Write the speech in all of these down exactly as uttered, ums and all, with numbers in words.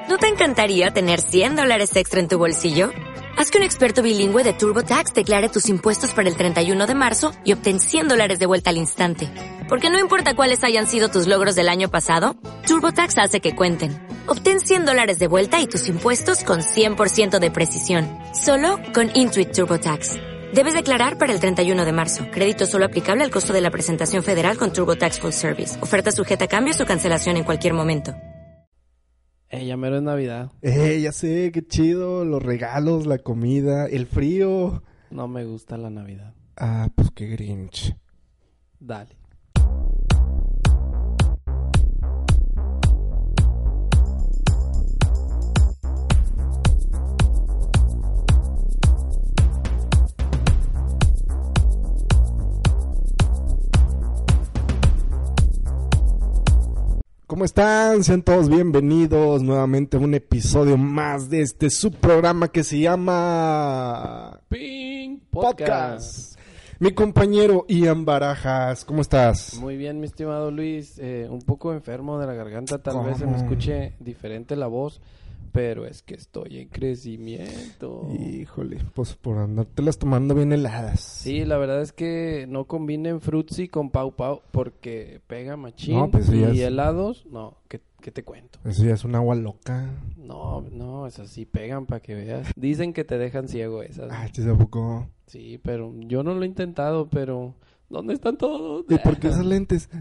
¿No te encantaría tener cien dólares extra en tu bolsillo? Haz que un experto bilingüe de TurboTax declare tus impuestos para el treinta y uno de marzo y obtén cien dólares de vuelta al instante. Porque no importa cuáles hayan sido tus logros del año pasado, TurboTax hace que cuenten. Obtén cien dólares de vuelta y tus impuestos con cien por ciento de precisión. Solo con Intuit TurboTax. Debes declarar para el treinta y uno de marzo. Crédito solo aplicable al costo de la presentación federal con TurboTax Full Service. Oferta sujeta a cambios o cancelación en cualquier momento. Eh, ya mero es Navidad. Eh, ya sé, qué chido. Los regalos, la comida, el frío. No me gusta la Navidad. Ah, pues qué Grinch. Dale. ¿Cómo están? Sean todos bienvenidos nuevamente a un episodio más de este subprograma que se llama... Ping Podcast. Podcast. Mi compañero Ian Barajas, ¿cómo estás? Muy bien, mi estimado Luis. Eh, un poco enfermo de la garganta, tal ¿Cómo? vez se me escuche diferente la voz, pero es que estoy en crecimiento. Híjole, pues por andártelas tomando bien heladas. Sí, la verdad es que no combinen Fruitsy con Pau Pau porque pega machín. No, pues y ya es- helados, no, ¿qué, qué te cuento? Eso ya es un agua loca. No, no, esas sí pegan para que veas. Dicen que te dejan ciego esas. Ay, ¿te poco? Sí, pero yo no lo he intentado, pero ¿dónde están todos? ¿Y por qué esas lentes?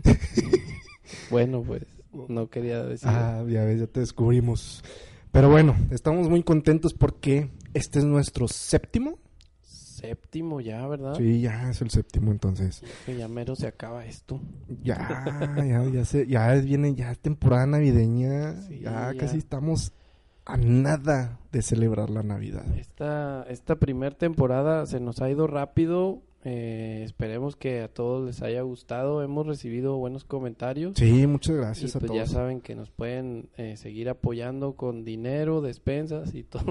Bueno, pues no quería decir. Ah, ya ves, ya te descubrimos. Pero bueno, estamos muy contentos porque este es nuestro séptimo. Séptimo ya, ¿verdad? Sí, ya es el séptimo entonces. Que ya mero se acaba esto. Ya, ya, ya se, ya viene ya temporada navideña. Sí, ya, ya. casi estamos a nada de celebrar la Navidad. Esta, esta primer temporada se nos ha ido rápido. Eh, esperemos que a todos les haya gustado. Hemos recibido buenos comentarios. Sí, muchas Y gracias a pues ya todos. saben que nos pueden eh, seguir apoyando con dinero, despensas y todo.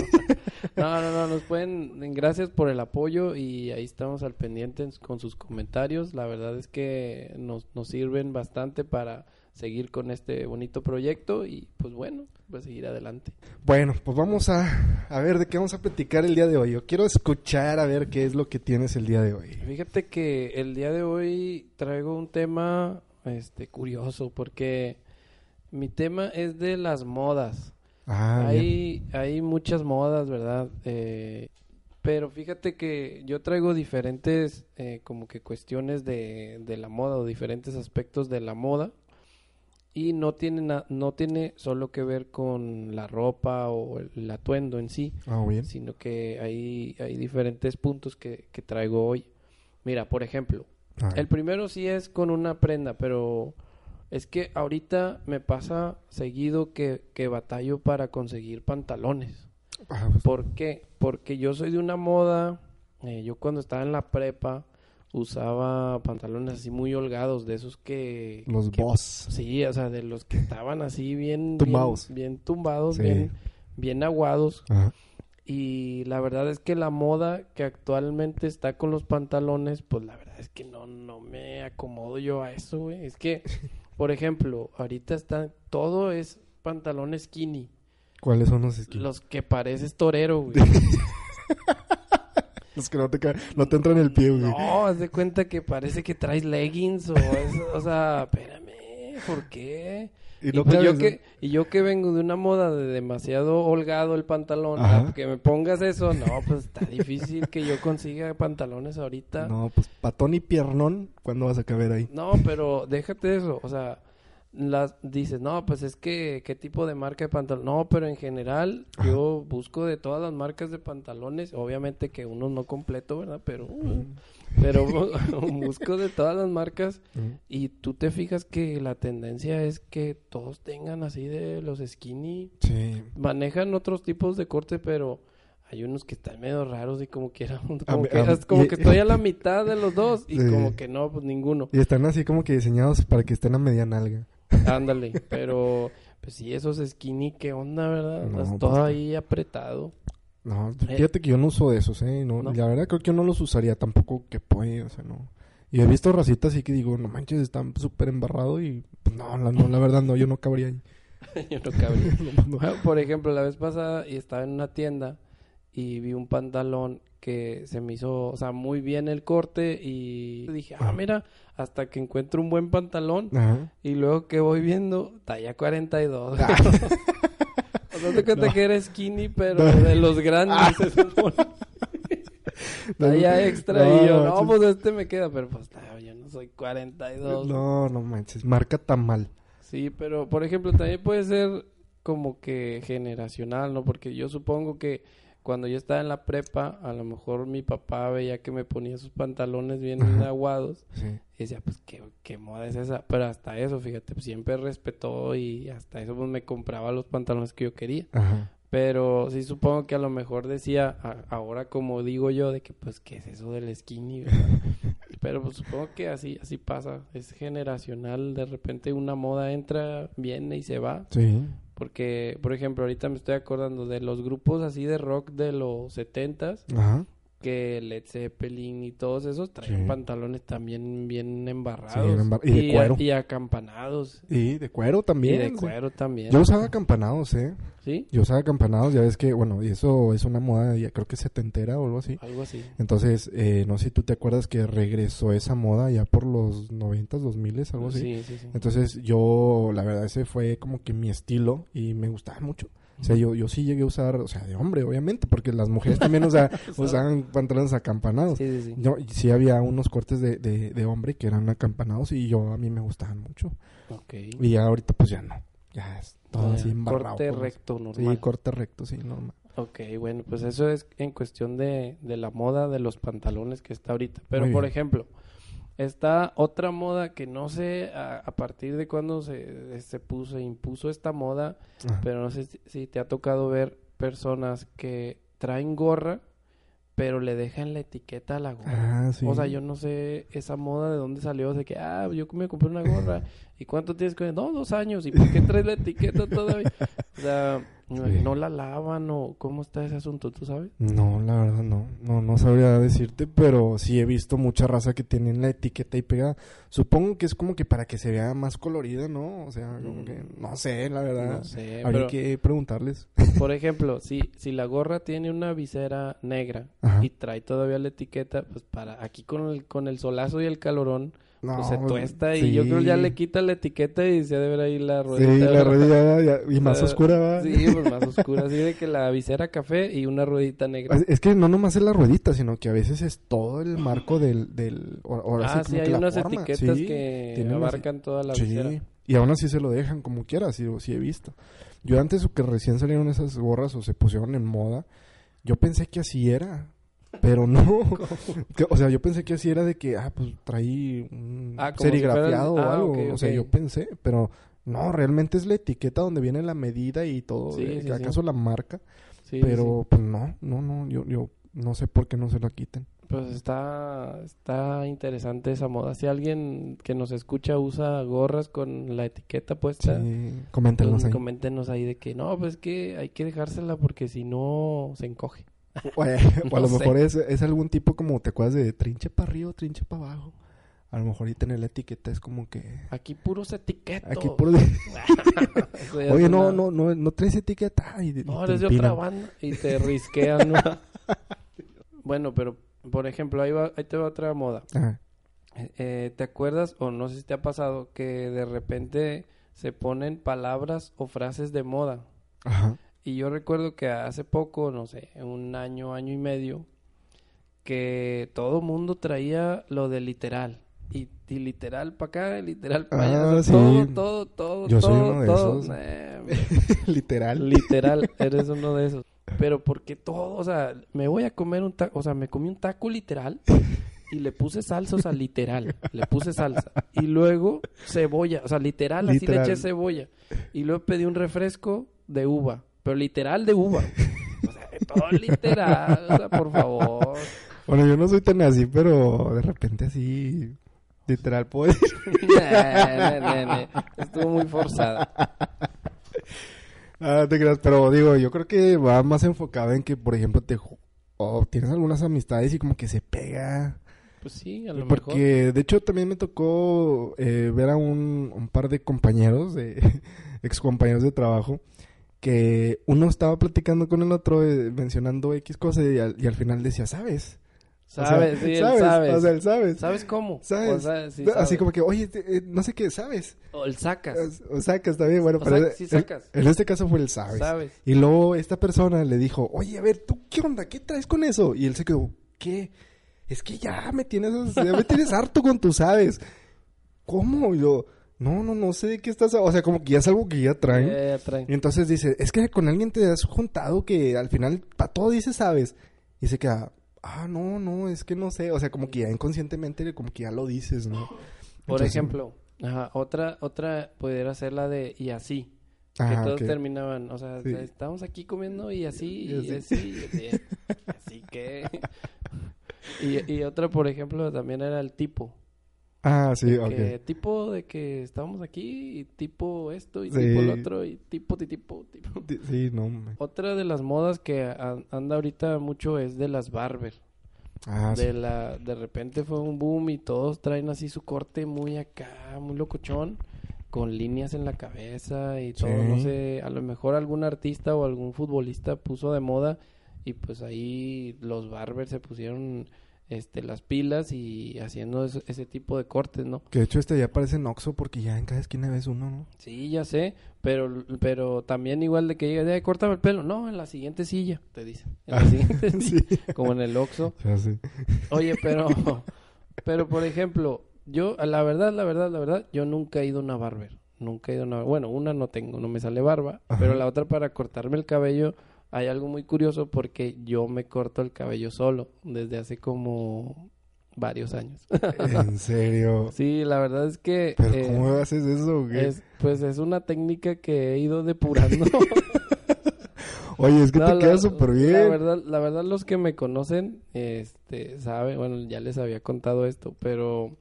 No, no, no, nos pueden, gracias por el apoyo y ahí estamos al pendiente con sus comentarios. La verdad es que nos, nos sirven bastante para seguir con este bonito proyecto y pues bueno, pues seguir adelante. Bueno, pues vamos a, a ver de qué vamos a platicar el día de hoy. Yo quiero escuchar a ver qué es lo que tienes el día de hoy. Fíjate que el día de hoy traigo un tema este curioso porque mi tema es de las modas. Ah, bien. Hay, hay muchas modas, ¿verdad? Eh, pero fíjate que yo traigo diferentes eh, como que cuestiones de, de la moda o diferentes aspectos de la moda y no tiene, na- no tiene solo que ver con la ropa o el atuendo en sí, Ah, bien. sino que hay, hay diferentes puntos que, que traigo hoy. Mira, por ejemplo, A ver. el primero sí es con una prenda, pero es que ahorita me pasa seguido que, que batallo para conseguir pantalones. Ah, pues, ¿Por qué? Porque yo soy de una moda, eh, yo cuando estaba en la prepa usaba pantalones así muy holgados, de esos que... los que- boss. Sí, o sea, de los que estaban así bien... Tumbados. Bien, bien tumbados, Sí. bien, bien aguados. Ajá. Y la verdad es que la moda que actualmente está con los pantalones, pues la verdad es que no, no me acomodo yo a eso, güey. Es que, por ejemplo, ahorita está, todo es pantalón skinny. ¿Cuáles son los skins? Los que pareces torero, güey. Los que no te, ca- no te entran en el pie, güey. No, haz de cuenta que parece que traes leggings o eso, o sea, espérame, ¿por qué? Y Y, no pues yo cabes, que, y yo que vengo de una moda de demasiado holgado el pantalón, Ajá. ah, que me pongas eso, no, pues está difícil que yo consiga pantalones ahorita. ¿no? No, pues patón y piernón, ¿cuándo vas a caber ahí? No, pero déjate de eso, o sea, las dices, no, pues es que, ¿qué tipo de marca de pantalón? No, pero en general Ajá. yo busco de todas las marcas de pantalones, obviamente que uno no completo, ¿verdad? Pero, pero busco de todas las marcas Mm. y tú te fijas que la tendencia es que todos tengan así de los skinny, Sí. manejan otros tipos de corte, pero... Hay unos que están medio raros y como que, como, A que, mí- a- como y- que estoy a la mitad de los dos y Sí. como que no, pues ninguno. Y están así como que diseñados para que estén a media nalga. Ándale, pero pues sí, esos skinny, ¿qué onda, verdad? No, Estás pues, todo no. ahí apretado. No, Eh. fíjate que yo no uso de esos, ¿eh? No, ¿No? La verdad creo que yo no los usaría tampoco que puede, o sea, no. Y he visto racitas así que digo, no manches, están súper embarrados y pues no la, no, la verdad no, yo no cabería ahí. Yo no cabría. No, no. Por ejemplo, la vez pasada y estaba en una tienda y vi un pantalón que se me hizo, o sea, muy bien el corte y dije, ah, mira, hasta que encuentro un buen pantalón. Ajá. Y luego que voy viendo, talla cuarenta y dos. Ah. O sea, te cuenta no. que era skinny, pero no. de los grandes. Ah. Se supone. Talla extra no, y yo, no, pues este me queda, pero pues yo no soy cuarenta y dos. No, no manches, marca tan mal. Sí, pero por ejemplo, también puede ser como que generacional, ¿no? Porque yo supongo que cuando yo estaba en la prepa, a lo mejor mi papá veía que me ponía sus pantalones bien Ajá. aguados. Sí. Y decía, pues, ¿qué, ¿qué moda es esa? Pero hasta eso, fíjate, pues, siempre respetó y hasta eso pues me compraba los pantalones que yo quería. Ajá. Pero sí supongo que a lo mejor decía, a, ahora como digo yo, de que pues, ¿qué es eso del skinny? Pero pues supongo que así así pasa. Es generacional. De repente una moda entra, viene y se va. Sí. Porque, por ejemplo, ahorita me estoy acordando de los grupos así de rock de los setentas. Ajá. Que Led Zeppelin y todos esos traían sí. pantalones también bien embarrados. Sí, embar- y de y cuero. A, y acampanados. Y de cuero también. Y de cuero sí. también. Yo usaba acampanados, ¿eh? ¿Sí? Yo usaba acampanados, ya ves que, bueno, y eso es una moda, ya creo que setentera o algo así. Algo así. Entonces, eh, no sé si tú te acuerdas que regresó esa moda ya por los noventas, dos miles, algo así. Sí, sí, sí. Entonces, yo, la verdad, ese fue como que mi estilo y me gustaba mucho. O sea, yo, yo sí llegué a usar, o sea, de hombre, obviamente, porque las mujeres también, o sea, usaban pantalones acampanados. Sí, sí, sí. Yo, sí había unos cortes de, de, de hombre que eran acampanados y yo, a mí me gustaban mucho. Ok. Y ya ahorita, pues, ya no. Ya es todo ah, así embarrado. Corte recto, normal. Sí, corte recto, sí, normal. Ok, bueno, pues eso es en cuestión de, de la moda de los pantalones que está ahorita. Pero, por ejemplo, está otra moda que no sé a, a partir de cuándo se, se puso, impuso esta moda, Ajá. pero no sé si, si te ha tocado ver personas que traen gorra, pero le dejan la etiqueta a la gorra. Ah, sí. O sea, yo no sé esa moda de dónde salió, de que, ah, yo me compré una gorra, ¿y cuánto tienes con ella? No, dos años, ¿y por qué traes la etiqueta todavía? O sea, sí. ¿no la lavan o cómo está ese asunto, tú sabes? No, la verdad no, no, no sabría decirte, pero sí he visto mucha raza que tienen la etiqueta ahí pegada. Supongo que es como que para que se vea más colorida, ¿no? O sea, como mm. que, no sé, la verdad. No sé, habría pero, que preguntarles. Por ejemplo, si, si la gorra tiene una visera negra Ajá. y trae todavía la etiqueta, pues para aquí con el, con el solazo y el calorón, no, pues se tuesta sí. y yo creo que ya le quita la etiqueta y se debe ver ahí la ruedita. Sí, la ruedita ya, y más uh, oscura va. Sí, pues más oscura, así de que la visera café y una ruedita negra. Es que no nomás es la ruedita, sino que a veces es todo el marco del... del ahora ah, sí, sí, hay que unas la forma. etiquetas sí, que abarcan toda la sí. visera. Y aún así se lo dejan como quiera, sí, sí he visto. Yo antes que recién salieron esas gorras o se pusieron en moda, yo pensé que así era... Pero no, que, o sea, yo pensé que así era de que, ah, pues traí un ah, serigrafiado si fuera... o ah, algo, okay, o sea, okay. yo pensé, pero no, realmente es la etiqueta donde viene la medida y todo, sí, de, sí, acaso sí. la marca, sí, pero sí. pues no, no, no, yo, yo no sé por qué no se la quiten. Pues está, está interesante esa moda. Si alguien que nos escucha usa gorras con la etiqueta puesta, sí, coméntenos pues, ahí. Coméntenos ahí de que no, pues que hay que dejársela porque si no se encoge. O, eh, o a lo no mejor es, es algún tipo como, ¿te acuerdas de trinche para arriba, trinche para abajo? A lo mejor y tener la etiqueta es como que... Aquí puros etiquetos. Aquí puros... Oye, no, no, no, no traes etiqueta. Y, no, y eres de otra banda y te risquean, ¿no? Bueno, pero, por ejemplo, ahí, va, ahí te va otra moda. Ajá. Eh, ¿Te acuerdas, o no sé si te ha pasado, que de repente se ponen palabras o frases de moda? Ajá. Y yo recuerdo que hace poco, no sé, un año, año y medio, que todo mundo traía lo de literal. Y, y literal para acá, literal para allá. Ah, o sea, sí. Todo, todo, todo, yo todo, soy uno de todo. esos. Nah, literal. Literal, eres uno de esos. Pero porque todo, o sea, me voy a comer un taco, o sea, me comí un taco literal y le puse salsa, o sea, literal, le puse salsa. Y luego cebolla, o sea, literal, literal. Así le eché cebolla. Y luego pedí un refresco de uva. Pero literal de uva. O sea, todo literal. O sea, por favor. Bueno, yo no soy tan así, pero de repente así... Literal, puedo decir. nah, nah, nah, nah. Estuvo muy forzada. Ah, te creas. Pero digo, yo creo que va más enfocado en que, por ejemplo, te... O tienes algunas amistades y como que se pega... Pues sí, a lo Porque, mejor. de hecho, también me tocó eh, ver a un, un par de compañeros, de ex compañeros de trabajo, que uno estaba platicando con el otro, eh, mencionando X cosas, y al, y al final decía, ¿sabes? Sabes, o sea, sí, él ¿sabes? sabes. O sea, él sabes. ¿Sabes cómo? ¿Sabes? O sea, sí Así sabe. como que, oye, te- eh, no sé qué, ¿sabes? O el sacas. O, o sacas también, bueno, O pero sea, en- sí sacas. en este caso fue el sabes. Sabes. Y luego esta persona le dijo, oye, a ver, ¿tú qué onda? ¿Qué traes con eso? Y él se quedó, ¿qué? Es que ya me tienes, ya me tienes harto con tu sabes. ¿Cómo? Y yo, no, no, no sé de qué estás... O sea, como que ya es algo que ya traen. Eh, traen. Y entonces dice, es que con alguien te has juntado que al final para todo dice sabes. Y se queda, ah, no, no, es que no sé. O sea, como que ya inconscientemente, como que ya lo dices, ¿no? Por Entonces, ejemplo, ajá, otra, otra pudiera ser la de y así. Que ah, todos ok. terminaban, o sea, Sí. estamos aquí comiendo y así, Y y así. así, y así, así que... y, y otra, por ejemplo, también era el tipo. Ah, sí, De ok. que tipo de que estábamos aquí, y tipo esto, y Sí. tipo el otro, y tipo, y tipo, tipo. Di- Sí, no. me- Otra de las modas que a- anda ahorita mucho es de las barber. Ah, sí. De la, de repente fue un boom y todos traen así su corte muy acá, muy locochón, con líneas en la cabeza y todo, Sí. no sé, a lo mejor algún artista o algún futbolista puso de moda y pues ahí los barbers se pusieron este las pilas y haciendo ese, ese tipo de cortes, ¿no? Que de hecho este ya parece en Oxxo porque ya en cada esquina ves uno, ¿no? Sí, ya sé, pero pero también igual de que llegas, "Ay, córtame el pelo", no, en la siguiente silla, te dicen, en la Ah, siguiente sí. silla, como en el Oxxo. Ya sé. Oye, pero, pero por ejemplo, yo, la verdad, la verdad, la verdad, yo nunca he ido a una barber. Nunca he ido a una, bueno, una no tengo, no me sale barba, Ajá. pero la otra para cortarme el cabello, hay algo muy curioso porque yo me corto el cabello solo desde hace como varios años. En serio. Sí, la verdad es que Pero eh, ¿cómo haces eso? o qué? es, pues es una técnica que he ido depurando. Oye, es que No, te la- queda súper La bien. verdad, la verdad los que me conocen, este, saben, bueno, ya les había contado esto, pero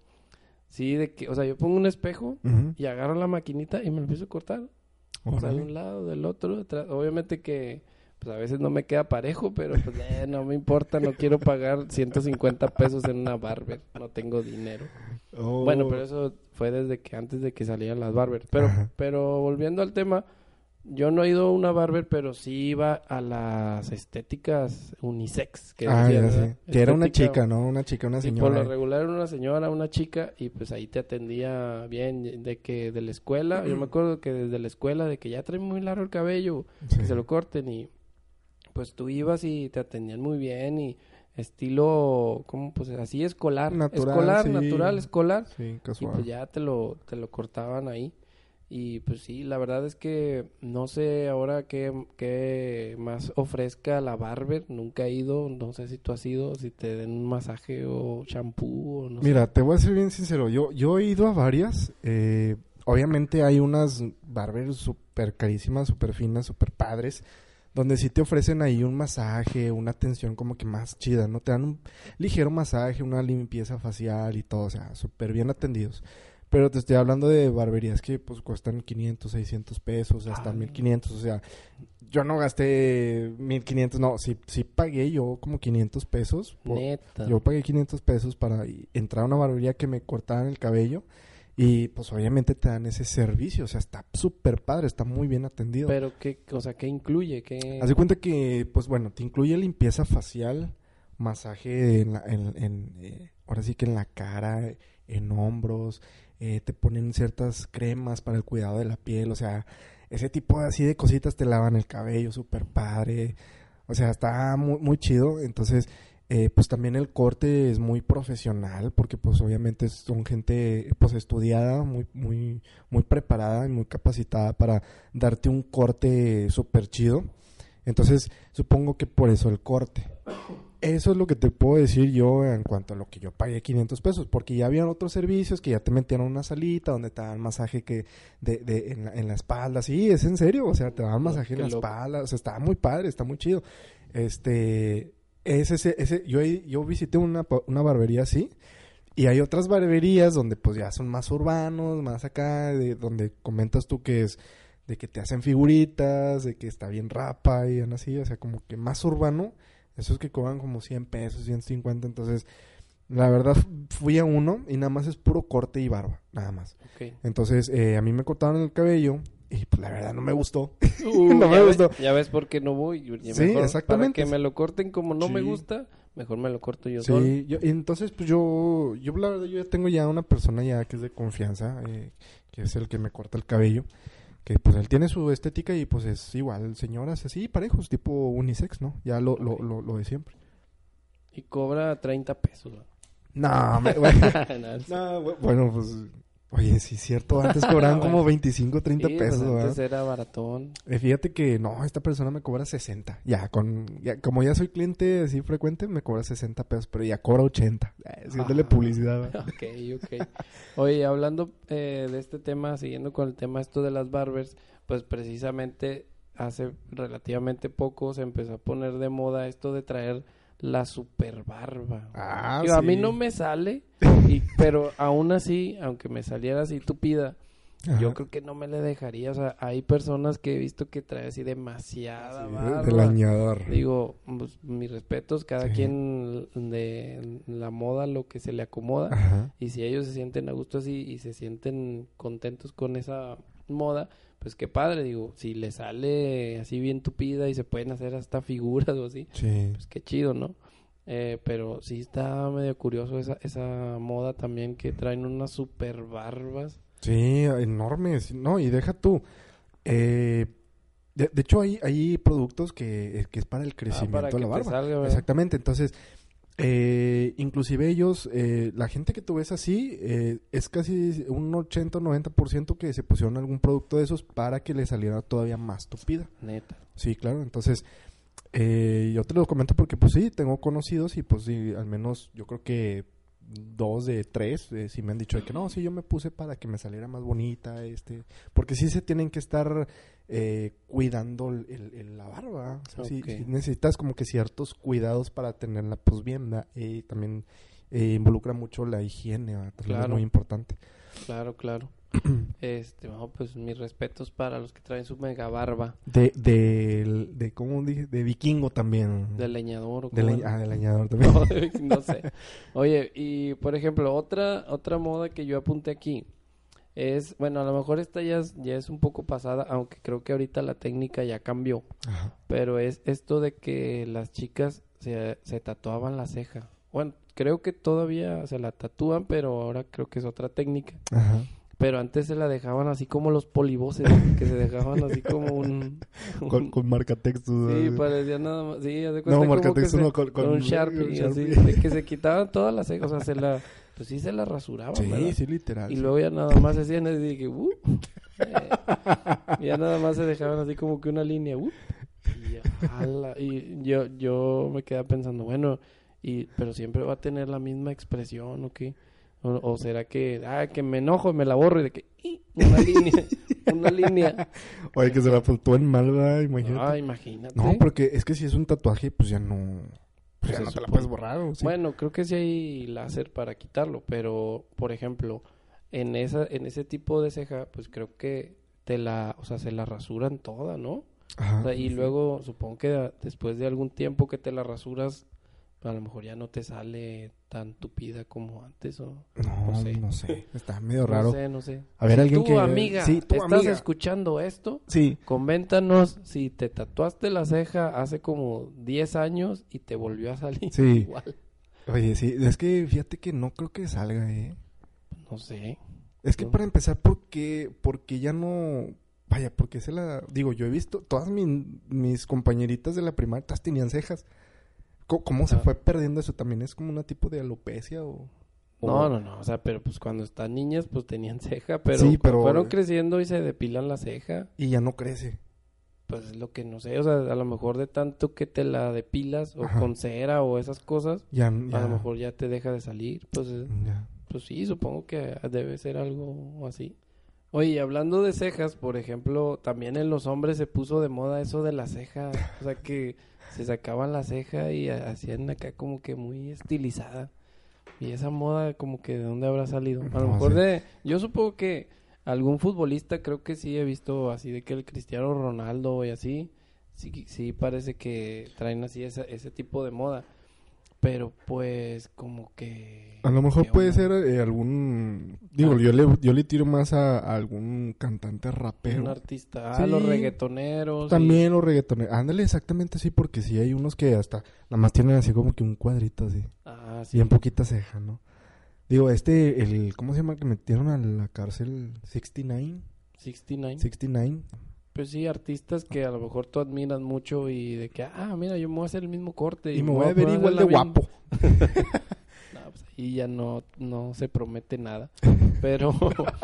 sí de que, o sea, yo pongo un espejo Ujú. y agarro la maquinita y me lo empiezo a cortar. O sea, de Órale. un lado, del otro, detrás. Obviamente que, pues a veces no me queda parejo, pero pues eh, no me importa, no quiero pagar ciento cincuenta pesos en una barber, no tengo dinero. Oh. Bueno, pero eso fue desde que antes de que salieran las barber. Pero, Ajá. pero volviendo al tema, yo no he ido a una barber, pero sí iba a las estéticas unisex. Que Ah, decían, ya ¿verdad? sé. Que era una Estética- chica, ¿no? Una chica, una Sí, por lo señora. regular era una señora, una chica, y pues ahí te atendía bien, de que de la escuela, yo me acuerdo que desde la escuela, de que ya trae muy largo el cabello, Sí. que se lo corten, y pues tú ibas y te atendían muy bien, y estilo, ¿cómo? Pues así escolar, Natural, escolar, sí. natural, escolar, Sí, y casual. pues ya te lo, te lo cortaban ahí. Y pues sí, la verdad es que no sé ahora qué, qué más ofrezca la barber. Nunca he ido, no sé si tú has ido, si te den un masaje o champú o no Mira, te voy a ser bien sincero. Yo, yo he ido a varias. Eh, obviamente hay unas barbers súper carísimas, súper finas, súper padres. Donde sí te ofrecen ahí un masaje, una atención como que más chida, ¿no? Te dan un ligero masaje, una limpieza facial y todo. O sea, súper bien atendidos. Pero te estoy hablando de barberías que pues cuestan quinientos, seiscientos pesos, hasta Ah. mil quinientos. O sea, yo no gasté mil quinientos, no, sí, sí pagué yo como quinientos pesos. sé. por- Neta. Yo pagué quinientos pesos para i- entrar a una barbería que me cortaran el cabello. Y pues obviamente te dan ese servicio. O sea, está súper padre, está muy bien atendido. Pero qué, o sea, ¿qué incluye? ¿Qué? Haz de cuenta que, pues bueno, te incluye limpieza facial, masaje en, la- en, en, eh, ahora sí que en la cara, en hombros, eh, te ponen ciertas cremas para el cuidado de la piel, o sea, ese tipo de, así de cositas, te lavan el cabello, súper padre, o sea, está muy, muy chido. Entonces, eh, pues también el corte es muy profesional, porque pues obviamente son gente pues estudiada, muy, muy, muy preparada y muy capacitada para darte un corte súper chido. Entonces, supongo que por eso el corte. Eso es lo que te puedo decir yo en cuanto a lo que yo pagué quinientos pesos, porque ya habían otros servicios que ya te metían a una salita donde te daban masaje que de, de, en, la, en la espalda. Sí, es en serio, o sea, te daban masaje en Qué la loco. espalda, o sea, está muy padre, está muy chido. Este, es ese, ese, yo, yo visité una, pa- una barbería así, y hay otras barberías donde pues ya son más urbanos, más acá, de, donde comentas tú que es de que te hacen figuritas, de que está bien rapa y así, o sea, como que más urbano. Esos que cobran como cien pesos, ciento cincuenta, entonces La verdad, fui a uno y nada más es puro corte y barba, nada más. Okay. Entonces, eh, a mí me cortaron el cabello y pues la verdad no me gustó. Uh, no me ya gustó. Ves, ya ves por qué no voy. Ya Sí, mejor, exactamente. Para que me lo corten como no Sí. me gusta, mejor me lo corto yo Sí, solo. yo, entonces pues yo, yo la verdad yo ya tengo ya una persona ya que es de confianza, eh, que es el que me corta el cabello, que pues él tiene su estética y pues es igual, señoras así, parejos, tipo unisex, ¿no? Ya lo, lo, lo, lo de siempre. Y cobra treinta pesos. ¿no? No, me, bueno, no, no, bueno, pues, oye, sí es cierto, antes cobraban como veinticinco, treinta sí, pesos, pues antes ¿verdad? era baratón. Eh, fíjate que no, esta persona me cobra sesenta, ya, con, ya, como ya soy cliente así frecuente, me cobra sesenta pesos, pero ya cobra ochenta, eh, haciéndole Ah, publicidad, ¿verdad? Ok, ok. Oye, hablando eh, de este tema, siguiendo con el tema esto de las barbers, pues precisamente hace relativamente poco se empezó a poner de moda esto de traer la super barba. Ah, Digo, sí. a mí no me sale, y, pero aún así, aunque me saliera así tupida, Ajá. yo creo que no me le dejaría. O sea, hay personas que he visto que trae así demasiada Sí, barba. del añador. Digo, pues, mis respetos, cada Sí. quien de la moda lo que se le acomoda. Ajá. Y si ellos se sienten a gusto así y se sienten contentos con esa moda, pues qué padre, digo, si le sale así bien tupida y se pueden hacer hasta figuras o así, Sí. pues qué chido, ¿no? Eh, pero sí está medio curioso esa, esa moda también que traen unas super barbas. Sí, enormes. No, y deja tú. Eh, de, de hecho, hay, hay productos que, que es para el crecimiento Ah, para de la que te barba. salga, ¿verdad? Exactamente. Entonces, eh, inclusive ellos, eh, la gente que tú ves así, eh, es casi un ochenta o noventa por ciento que se pusieron algún producto de esos para que le saliera todavía más tupida. Neta. Sí, claro. Entonces, eh, yo te lo comento porque, pues sí, tengo conocidos y, pues sí, al menos yo creo que dos de tres eh, sí me han dicho de que no, sí, yo me puse para que me saliera más bonita, este, porque sí se tienen que estar eh, cuidando el, el- el- la barba. O sea, sí- Ok. sí necesitas como que ciertos cuidados para tenerla, pues bien, ¿verdad? Y también eh, involucra mucho la higiene, ¿verdad? También Claro. es muy importante. Claro, claro. Este, no, pues mis respetos para los que traen su mega barba De, de, de, ¿cómo dije? De vikingo también. de leñador o De cómo leñ- era. ah, de leñador también. No, no sé. Oye, y por ejemplo, otra otra moda que yo apunté aquí es, bueno, a lo mejor esta ya es, ya es un poco pasada, aunque creo que ahorita la técnica ya cambió, Ajá. pero es esto de que las chicas se, se tatuaban la ceja. Bueno, creo que todavía se la tatúan, pero ahora creo que es otra técnica. Ajá. Pero antes se la dejaban así como los polivoces, que se dejaban así como un... Con, con marcatextos. Sí, ¿no? parecía nada más, sí, haz de No, cuenta como que marcatexto se- no, con- con- un Sharpie, un así, Sharpie. de que se quitaban todas las cejas, o sea, se la, pues sí se la rasuraban, Sí, ¿verdad? sí, literal. Y sí. luego ya nada más se hacían así de que, uh, eh, ya nada más se dejaban así como que una línea, uh, y, ya, ala, y yo, yo me quedaba pensando, bueno, y, pero siempre va a tener la misma expresión, ¿o qué? O, o será que, ah, que me enojo y me la borro y de que, ¡ih! Una línea, una línea. Oye, que se la apuntó en Malva, imagínate. Ah, imagínate. No, porque es que si es un tatuaje, pues ya no... Pues ya Pues se no te la supone. puedes borrar, ¿o sí? Bueno, creo que sí hay láser para quitarlo, pero, por ejemplo, en esa, en ese tipo de ceja, pues creo que te la, o sea, se la rasuran toda, ¿no? Ajá. O sea, y luego, supongo que a- después de algún tiempo que te la rasuras, a lo mejor ya no te sale tan tupida como antes, o No, no sé. no sé. Está medio raro. no sé, no sé. A ver, Si alguien tú, que... amiga, Sí, tú, estás amiga. escuchando esto, Sí. coméntanos si te tatuaste la ceja hace como diez años y te volvió a salir Sí. igual. Oye, sí. Es que fíjate que no creo que salga, ¿eh? No sé. Es que No. para empezar, porque porque ya no... Vaya, porque se la... Digo, yo he visto... Todas mi- mis compañeritas de la primaria todas tenían cejas. ¿Cómo, cómo se Ah. fue perdiendo eso? ¿También es como una tipo de alopecia o...? o- No, no, no, o sea, pero pues cuando están niñas pues tenían ceja, pero, Sí, cuando pero- fueron creciendo y se depilan la ceja, Y ya no crece. pues es lo que no sé, o sea, a lo mejor de tanto que te la depilas o Ajá. con cera o esas cosas, Ya, a ya. lo mejor ya te deja de salir, pues, eh, Ya. pues sí, supongo que debe ser algo así. Oye, y hablando de cejas, por ejemplo, también en los hombres se puso de moda eso de la ceja, o sea que se sacaban la ceja y ha- hacían acá como que muy estilizada. Y esa moda como que de dónde habrá salido. A lo No mejor sé. de, yo supongo que algún futbolista creo que sí he visto así de que el Cristiano Ronaldo y así, sí, sí parece que traen así esa, ese tipo de moda. pero pues como que... A lo mejor ¿qué puede onda? ser eh, algún... Digo, Ah. yo le yo le tiro más a, a algún cantante rapero. Un artista, Sí. ah, los reggaetoneros. También los reggaetoneros. Ándale, exactamente así, porque sí hay unos que hasta nada más tienen así como que un cuadrito así. Y... Ah, sí. Bien poquita ceja, ¿no? Digo, este, el... ¿Cómo se llama? Que metieron a la cárcel sesenta y nueve. sesenta y nueve. sesenta y nueve. Pues sí, artistas que a lo mejor tú admiras mucho y de que, ah, mira, yo me voy a hacer el mismo corte. Y me voy a ver poner igual la de misma- guapo. No, pues ahí ya no, no se promete nada. Pero,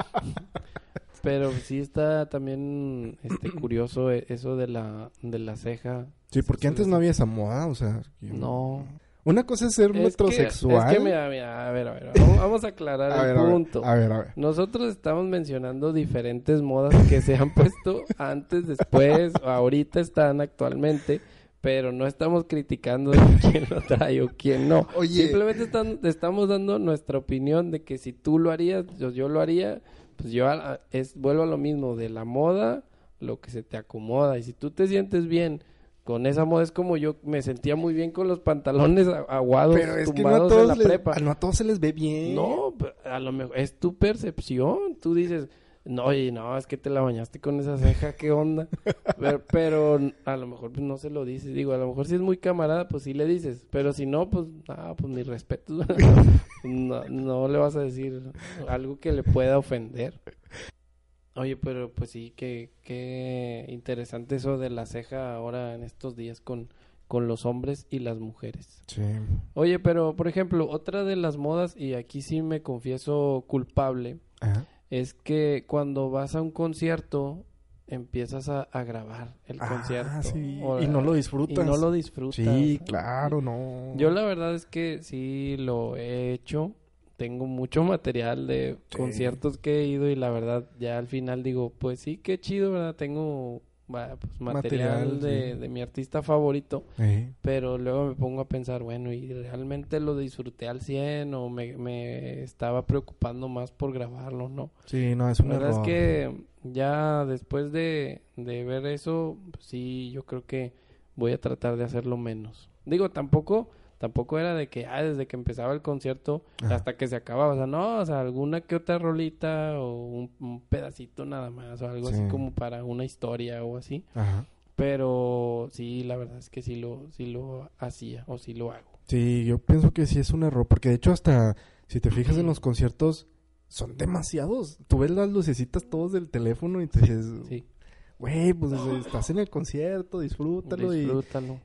pero sí está también este curioso e- eso de la, de la ceja. Sí, porque Eso antes de- no había esa moda, o sea... yo- No. Una cosa es ser Es que, metrosexual. es que mira, mira, a ver, a ver, vamos, vamos a aclarar a el ver, a ver, punto. a ver, a ver. Nosotros estamos mencionando diferentes modas que se han puesto antes, después, o ahorita están actualmente, pero no estamos criticando de quién lo trae o quién no. Oye. Simplemente están, estamos dando nuestra opinión de que si tú lo harías, yo, yo lo haría, pues yo a- es, vuelvo a lo mismo, de la moda, lo que se te acomoda. Y si tú te sientes bien con esa moda, es como yo me sentía muy bien con los pantalones a- aguados, Pero es que no a, tumbados todos en la les, prepa. no a todos se les ve bien. No, pero a lo mejor es tu percepción. Tú dices, no, oye, no, es que te la bañaste con esa ceja, ¿qué onda? Pero, pero a lo mejor pues, no se lo dices. Digo, a lo mejor si es muy camarada, pues sí le dices. Pero si no, pues, ah, pues mis respetos. no, no le vas a decir algo que le pueda ofender. Oye, pero pues sí, que qué interesante eso de la ceja ahora en estos días con, con los hombres y las mujeres. Sí. Oye, pero por ejemplo, otra de las modas, y aquí sí me confieso culpable, Ajá. es que cuando vas a un concierto empiezas a, a grabar el Ah, concierto. sí. O- Y no lo Y disfrutas. no lo disfrutas. Sí, claro, no. Yo la verdad es que sí lo he hecho. Tengo mucho material de Sí. conciertos que he ido y la verdad ya al final digo, pues sí, qué chido, ¿verdad? Tengo va, pues, material, Material, de, sí. de mi artista favorito. Eh, Pero luego me pongo a pensar, bueno, ¿y realmente lo disfruté al cien o me, me estaba preocupando más por grabarlo, no? Sí, no, es un La verdad error. es que ya después de, de ver eso, pues sí, yo creo que voy a tratar de hacerlo menos. Digo, tampoco tampoco era de que, ah, desde que empezaba el concierto Ajá. hasta que se acababa. O sea, no, o sea, alguna que otra rolita o un, un pedacito nada más o algo Sí. así como para una historia o así. Ajá. Pero sí, la verdad es que sí lo, sí lo hacía o sí lo hago. Sí, yo pienso que sí es un error, porque de hecho hasta, si te fijas en los conciertos, son demasiados. Tú ves las lucecitas todos del teléfono y te dices, Sí, güey, pues estás en el concierto, disfrútalo. y disfrútalo.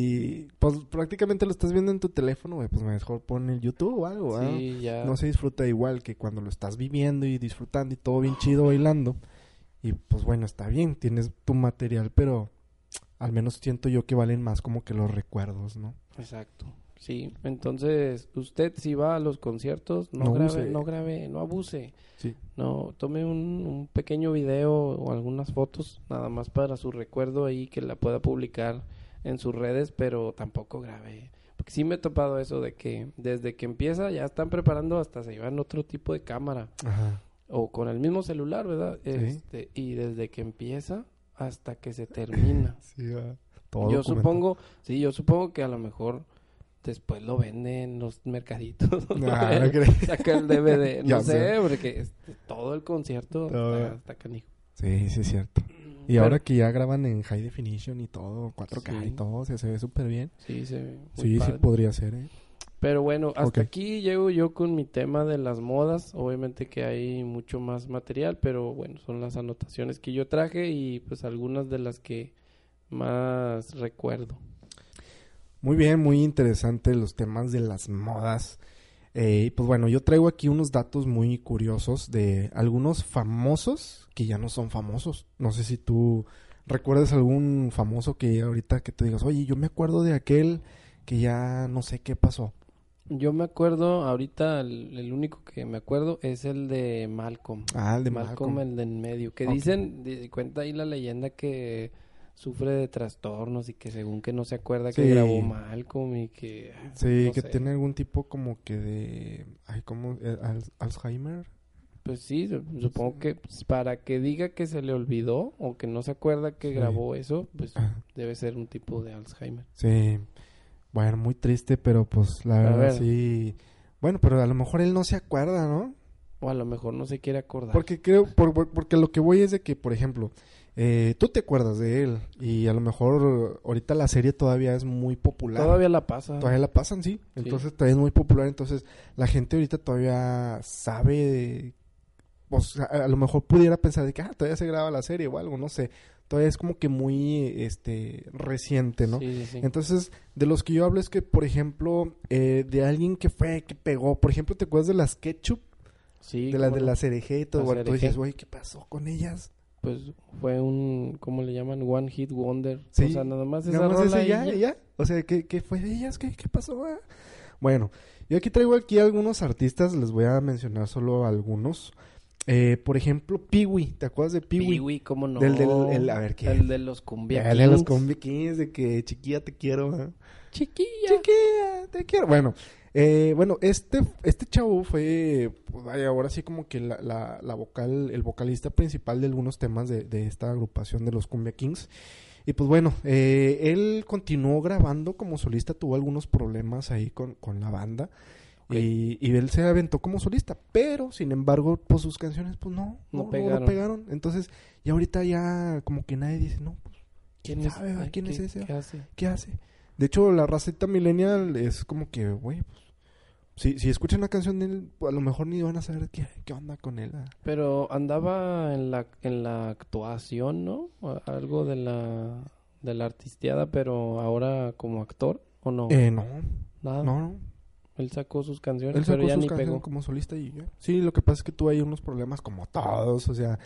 Y pues prácticamente lo estás viendo en tu teléfono, güey, pues mejor pon el YouTube o algo, ¿ah? Sí, ya. No se disfruta igual que cuando lo estás viviendo y disfrutando y todo bien chido bailando. Y pues bueno, está bien, tienes tu material, pero al menos siento yo que valen más como que los recuerdos, ¿no? Exacto. Sí, entonces usted si va a los conciertos, no, No grabe, abuse. no grabe, no abuse. Sí. No, tome un, un pequeño video o algunas fotos, nada más para su recuerdo ahí que la pueda publicar en sus redes, pero tampoco grabe. Porque sí me he topado eso de que desde que empieza ya están preparando hasta se llevan otro tipo de cámara Ajá. o con el mismo celular, ¿verdad? Sí. Este, y desde que empieza hasta que se termina. Sí, va. Todo Yo documentado. supongo, sí, yo supongo que a lo mejor después lo venden en los mercaditos. Ah, no creo. Saca el D V D, no Ya sé, sé. porque este, todo el concierto Todo. está, está canijo. Sí, sí es cierto. Y Pero- ahora que ya graban en high definition y todo, cuatro K Sí. y todo, se, se ve súper bien. Sí, se ve muy Sí, sí padre. podría ser, ¿eh? Pero bueno, hasta Ok. aquí llego yo con mi tema de las modas. Obviamente que hay mucho más material, pero bueno, son las anotaciones que yo traje y pues algunas de las que más recuerdo. Muy bien, muy interesante los temas de las modas. Eh, pues bueno, yo traigo aquí unos datos muy curiosos de algunos famosos que ya no son famosos. No sé si tú recuerdas algún famoso que ahorita que te digas, oye, yo me acuerdo de aquel que ya no sé qué pasó. Yo me acuerdo, ahorita el, el único que me acuerdo es el de Malcolm. Ah, el de Malcolm, Malcolm. el de en medio. Que Ok. dicen, di- cuenta ahí la leyenda que sufre de trastornos y que según que no se acuerda que Sí. grabó Malcolm y que... Sí, no que sé. tiene algún tipo como que de... Ay, ¿cómo? Eh, Al- Alzheimer. Pues sí, su- supongo que pues, para que diga que se le olvidó o que no se acuerda que Sí. grabó eso, pues Ah. debe ser un tipo de Alzheimer. Sí. Bueno, muy triste, pero pues la A verdad ver. sí... Bueno, pero a lo mejor él no se acuerda, ¿no? O a lo mejor no se quiere acordar. Porque creo, por, por- porque lo que voy es de que, por ejemplo, eh, tú te acuerdas de él y a lo mejor ahorita la serie todavía es muy popular. Todavía la pasa. Todavía la pasan, sí. Entonces todavía es muy popular. Entonces la gente ahorita todavía sabe de... Pues a, a lo mejor pudiera pensar de que ah, todavía se graba la serie o algo, no sé. Todavía es como que muy este reciente, ¿no? Sí, sí, sí. Entonces, de los que yo hablo es que, por ejemplo, eh, de alguien que fue, que pegó. Por ejemplo, ¿te acuerdas de las Ketchup? Sí, De las cómo de no. la C R G y todo. La Bueno, tú C R G. dices, güey, ¿qué pasó con ellas? Pues fue un, ¿cómo le llaman? One Hit Wonder. Sí. O sea, nada más esa Nada más rola ese y ya, ya. y ya. O sea, ¿qué, qué fue de ellas? ¿Qué, qué pasó? Ah. Bueno, yo aquí traigo aquí algunos artistas, les voy a mencionar solo algunos. Eh, por ejemplo, Pee-wee, ¿te acuerdas de Pee-wee? Pee-wee, ¿cómo no? Del, del, el, a ver, ¿qué? El de los Cumbia El de los Kings. Combi Kings, de que chiquilla te quiero. ¿eh? Chiquilla. Chiquilla, te quiero. Bueno, eh, bueno, este, este chavo fue, pues vaya, ahora sí como que la, la, la vocal, el vocalista principal de algunos temas de, de esta agrupación de los Cumbia Kings. Y pues bueno, eh, él continuó grabando como solista, tuvo algunos problemas ahí con, con la banda. Okay. Y, y él se aventó como solista, pero sin embargo, pues sus canciones, pues no, No no, no, pegaron. no pegaron. Entonces, y ahorita ya como que nadie dice, no, pues, ¿Quién ¿quién es, sabe, va? ¿Quién ¿qué, es ese? ¿Qué hace? ¿Qué hace? De hecho, la raceta millennial es como que, güey, pues, si, si escuchan una canción de él, pues, a lo mejor ni van a saber qué, qué onda con él. ¿ah? Pero andaba en la, en la actuación, ¿no? O algo de la, de la artisteada, pero ahora como actor, ¿o no? Eh, no, Nada. no, no. Él sacó sus canciones, Él sacó pero ya sus ni canciones pegó. como solista y ya. Sí, lo que pasa es que tuvo ahí unos problemas como todos, o sea,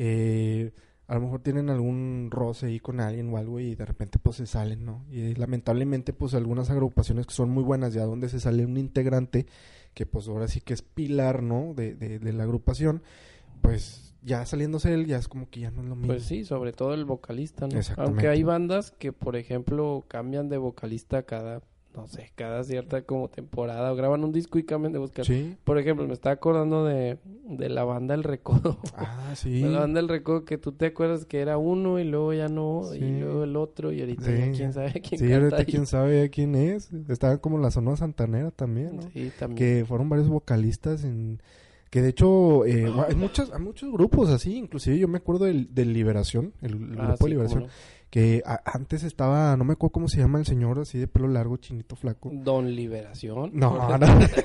eh, a lo mejor tienen algún roce ahí con alguien o algo y de repente pues se salen, ¿no? Y lamentablemente pues algunas agrupaciones que son muy buenas ya donde se sale un integrante que pues ahora sí que es pilar, ¿no? De, de, de la agrupación, pues ya saliéndose él ya es como que ya no es lo mismo. Pues sí, sobre todo el vocalista, ¿no? Exactamente. Aunque hay bandas que, por ejemplo, cambian de vocalista cada, no sé, cada cierta como temporada o graban un disco y cambian de vocalista. Sí. Por ejemplo, me estaba acordando de, de la banda El Recodo. Ah, sí. De la banda El Recodo que tú te acuerdas que era uno y luego ya no, Sí. y luego el otro y ahorita Sí. ya quién sabe quién Sí, canta ahorita ahí. quién sabe ya quién es. Estaba como la Sonora Santanera también, ¿no? Sí, también. Que fueron varios vocalistas en que de hecho eh, hay muchos hay muchos grupos así, inclusive yo me acuerdo del, del Liberación, el, el Ah, grupo sí, de Liberación, cómo que a- antes estaba, no me acuerdo cómo se llama el señor así de pelo largo, chinito flaco. no. Don Liberación. No, no.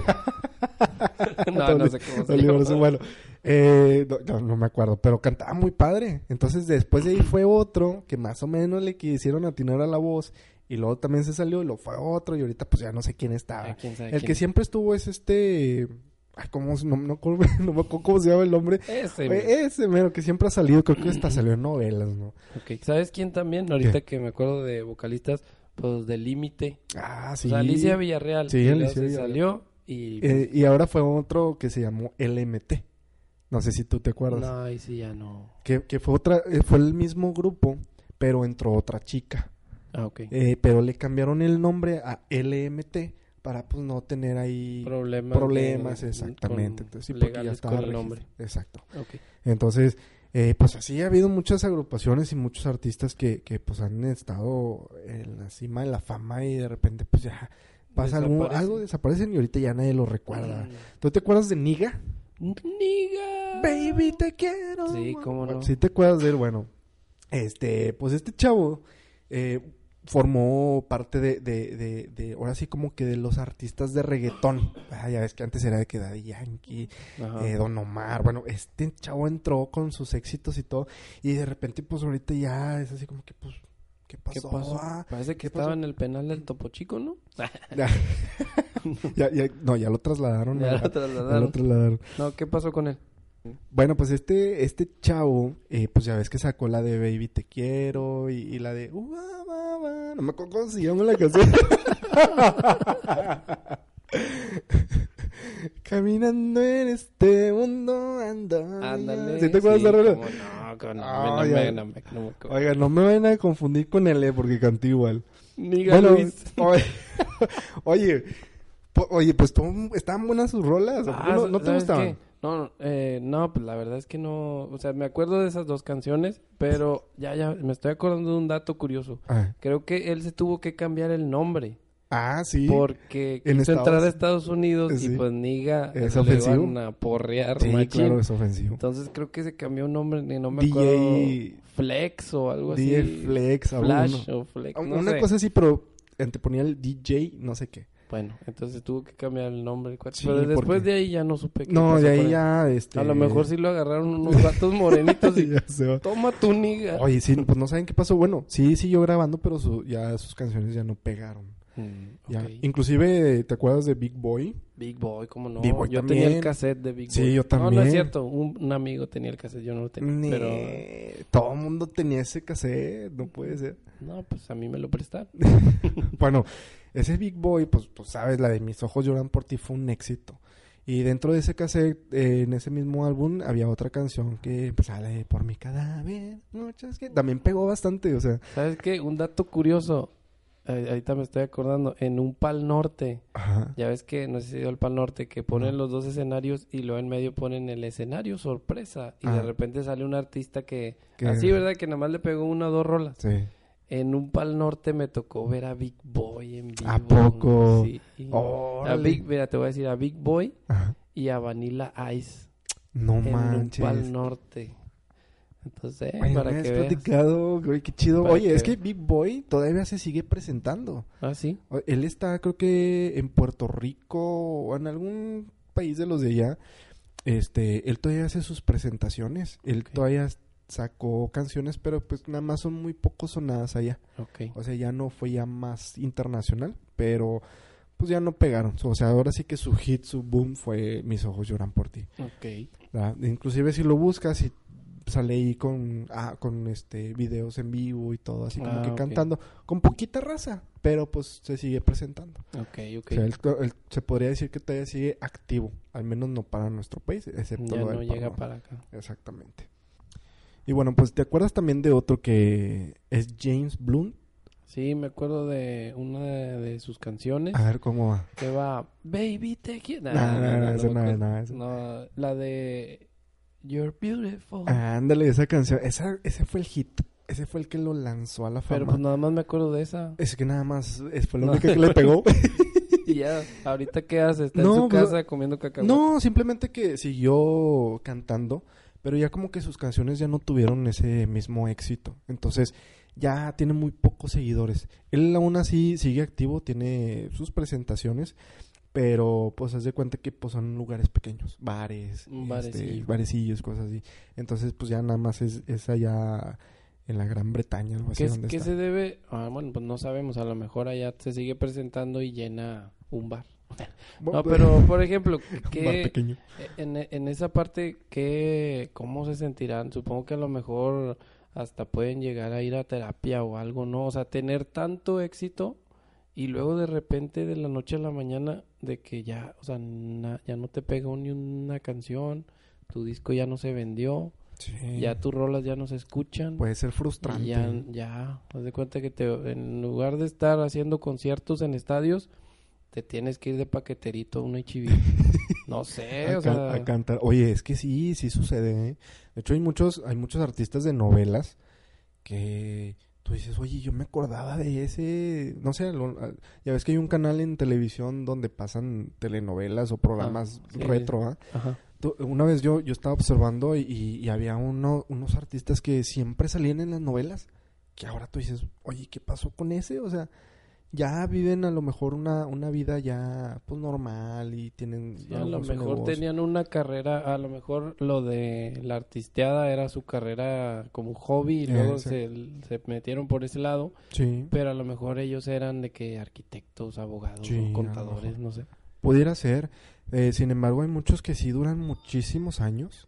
no, no sé cómo se Don Liberación, llama. bueno, eh, no, no, no me acuerdo, pero cantaba muy padre. Entonces después de ahí fue otro que más o menos le quisieron atinar a la voz y luego también se salió y luego fue otro y ahorita pues ya no sé quién estaba. Ah, quién sabe El quién. que siempre estuvo es este... Ay, ¿cómo, se- no, no, no me acuerdo cómo se llama el nombre. Ese, Fue mira. ese mero que siempre ha salido. Creo que hasta salió en novelas, ¿no? Ok, ¿sabes quién también? Ahorita que me acuerdo de vocalistas, pues de Límite. Ah, sí. O sea, Alicia Villarreal. Sí, y luego Alicia se Villarreal. salió y... Eh, y ahora fue otro que se llamó L M T. No sé si tú te acuerdas. no, ahí sí ya no. Que, que fue otra, eh, fue el mismo grupo, pero entró otra chica. Ah, ok. Eh, pero le cambiaron el nombre a L M T para pues no tener ahí Problemas. problemas, de- exactamente. con- Entonces, sí, porque ya legales estaba con el registro- nombre. Exacto. Ok. Entonces, eh, pues así ha habido muchas agrupaciones y muchos artistas que, que pues han estado en la cima de la fama y de repente pues ya pasa algo, Desaparecen. algo, desaparecen y ahorita ya nadie lo recuerda. Mm. ¿Tú te acuerdas de Niga? Niga. Baby, te quiero. Sí, cómo no. Sí te acuerdas de él, bueno. Este, pues este chavo eh, formó parte de, de, de, de, ahora sí como que de los artistas de reggaetón. Ah, ya ves que antes era de que Daddy Yankee, Ajá. eh, Don Omar. Bueno, este chavo entró con sus éxitos y todo. Y de repente, pues ahorita ya es así como que, pues, ¿qué ¿Qué pasó? pasó? Ah, Parece que ¿qué estaba pasó? en el penal del Topo Chico, ¿no? ya, ya, ya- no, ya lo trasladaron. Ya a- lo ya trasladaron. lo trasladaron. No, ¿qué pasó con él? Bueno, pues este este chavo, eh, pues ya ves que sacó la de Baby Te Quiero y, y la de... Uh, ah, ah, ah, no me acuerdo cómo se llama la canción. Caminando en este mundo ando. Ándale. ¿Sí te acuerdas de la rola? cómo no, cómo no, Ah, no, ya. me, no, me, no me acuerdo. Oiga, no me vayan a confundir con el E porque canté igual. Niga Bueno, Luis. oye, oye, po- oye, pues tú- estaban buenas sus rolas. ¿o por qué Ah, no, no te ¿sabes gustaban? qué? No, no, eh, no, pues la verdad es que no, o sea, me acuerdo de esas dos canciones, pero ya, ya, me estoy acordando de un dato curioso. Ah, Creo que él se tuvo que cambiar el nombre. Ah, sí. Porque En quiso Estados- entrar a Estados Unidos Sí. y pues Niga Es le ofensivo. van a porrear Sí, machín. claro, es ofensivo. Entonces creo que se cambió un nombre, ni no me D J acuerdo. Flex o algo D J así. Flex, algo Flash uno. o Flex, no Una sé. cosa así, pero anteponía el D J, no sé qué. Bueno, entonces tuvo que cambiar el nombre. el cuate. Sí, Pero después porque- de ahí ya no supe qué No, pasó de ahí con él. ya, este... A lo mejor sí lo agarraron unos gatos morenitos y Ya se va. toma tu niga. Oye, sí, pues no saben qué pasó. Bueno, sí siguió grabando, pero su, ya sus canciones ya no pegaron. Mm, Ya. ok. Inclusive, ¿te acuerdas de Big Boy? Big Boy, ¿cómo no? Big Boy yo también. tenía el cassette de Big Boy. Sí, yo No, no también. es cierto. Un, un amigo tenía el cassette, yo no lo tenía. Pero Ne- Todo el mundo tenía ese cassette, no puede ser. no, pues a mí me lo prestaron. Bueno, ese Big Boy, pues, pues sabes, la de Mis ojos lloran por ti fue un éxito. Y dentro de ese cassette, eh, en ese mismo álbum, había otra canción que pues, sale por mi cadáver, muchas que también pegó bastante, o sea. ¿Sabes qué? Un dato curioso. Eh, ahorita me estoy acordando. En un Pal Norte, Ajá. ya ves que, no sé si dio el Pal Norte, que ponen Ajá. los dos escenarios y luego en medio ponen el escenario sorpresa. Y de Ajá. repente sale un artista que, Que- así, ¿verdad? Que nada más le pegó una o dos rolas. Sí. En un Pal Norte me tocó ver a Big Boy en vivo. ¿A poco? Sí. A Órale. Big, mira, te voy a decir a Big Boy Ajá. y a Vanilla Ice No en un manches. Pal Norte. Entonces, eh, Oye, para me que has veas. platicado, güey, qué chido. Para Oye, que es que veas. Big Boy todavía se sigue presentando. Ah, sí. O- Él está, creo que en Puerto Rico o en algún país de los de allá. Este, él todavía hace sus presentaciones. Él Ok. todavía sacó canciones, pero pues nada más son muy poco sonadas allá. Ok. O sea, ya no fue ya más internacional, pero pues ya no pegaron. O sea, ahora sí que su hit, su boom fue Mis ojos lloran por ti. Ok. ¿Verdad? Inclusive si lo buscas y sale ahí con ah, con este videos en vivo y todo, así como Ah, que ok. cantando con poquita raza, pero pues se sigue presentando. Ok, ok. O sea, él- él- se podría decir que todavía sigue activo, al menos no para nuestro país, excepto ya lo no del llega Pal para acá. Norte. Exactamente. Y bueno, pues te acuerdas también de otro que es James Blunt. Sí, me acuerdo de una de, de sus canciones A ver cómo va. que va Baby te quiero. No, no, no, esa me no, acuerdo. no, esa. No, la de You're Beautiful. Ándale, esa canción, esa, ese fue el hit, ese fue el que lo lanzó a la Pero fama. pues nada más me acuerdo de esa. Es que nada más es- fue lo No. único que le pegó. Y ya, ahorita qué hace, está No, en su pues, casa comiendo cacahuates. No, simplemente que siguió cantando, pero ya como que sus canciones ya no tuvieron ese mismo éxito. Entonces, ya tiene muy pocos seguidores. Él aún así sigue activo, tiene sus presentaciones, pero pues haz de cuenta que pues son lugares pequeños, bares, Un este, barecillo. barecillos, cosas así. Entonces, pues ya nada más es, es allá en la Gran Bretaña, algo así ¿Qué, es- donde qué está. se debe? Ah, bueno, pues no sabemos, a lo mejor allá se sigue presentando y llena un bar. Bueno, No, pero por ejemplo, un bar ¿qué, pequeño. en, en esa parte, ¿qué, cómo se sentirán? Supongo que a lo mejor hasta pueden llegar a ir a terapia o algo, ¿no? O sea, tener tanto éxito y luego de repente de la noche a la mañana de que ya, o sea, na- ya no te pegó ni una canción, tu disco ya no se vendió, Sí. ya tus rolas ya no se escuchan. Puede ser Y frustrante. ya, ya, haz de cuenta que te, en lugar de estar haciendo conciertos en estadios, te tienes que ir de paqueterito a un H B. No sé, a, o can- sea, a cantar. Oye, es que sí, sí sucede, ¿eh? De hecho, hay muchos, hay muchos artistas de novelas que tú dices, oye, yo me acordaba de ese, no sé, lo- a- ya ves que hay un canal en televisión donde pasan telenovelas o programas Ah, sí. retro, ¿ah? ajá. Tú- Una vez yo, yo estaba observando y, y había uno, unos artistas que siempre salían en las novelas, que ahora tú dices, oye, ¿qué pasó con ese? O sea, ya viven a lo mejor una, una vida ya pues normal y tienen Sí, a lo mejor su mejor negocio. tenían una carrera, a lo mejor lo de la artisteada era su carrera como hobby y Eh, luego sí. se, se metieron por ese lado, Sí. pero a lo mejor ellos eran de que arquitectos, abogados, Sí, a o lo contadores, mejor. no sé. Pudiera ser. Eh, sin embargo, hay muchos que sí duran muchísimos años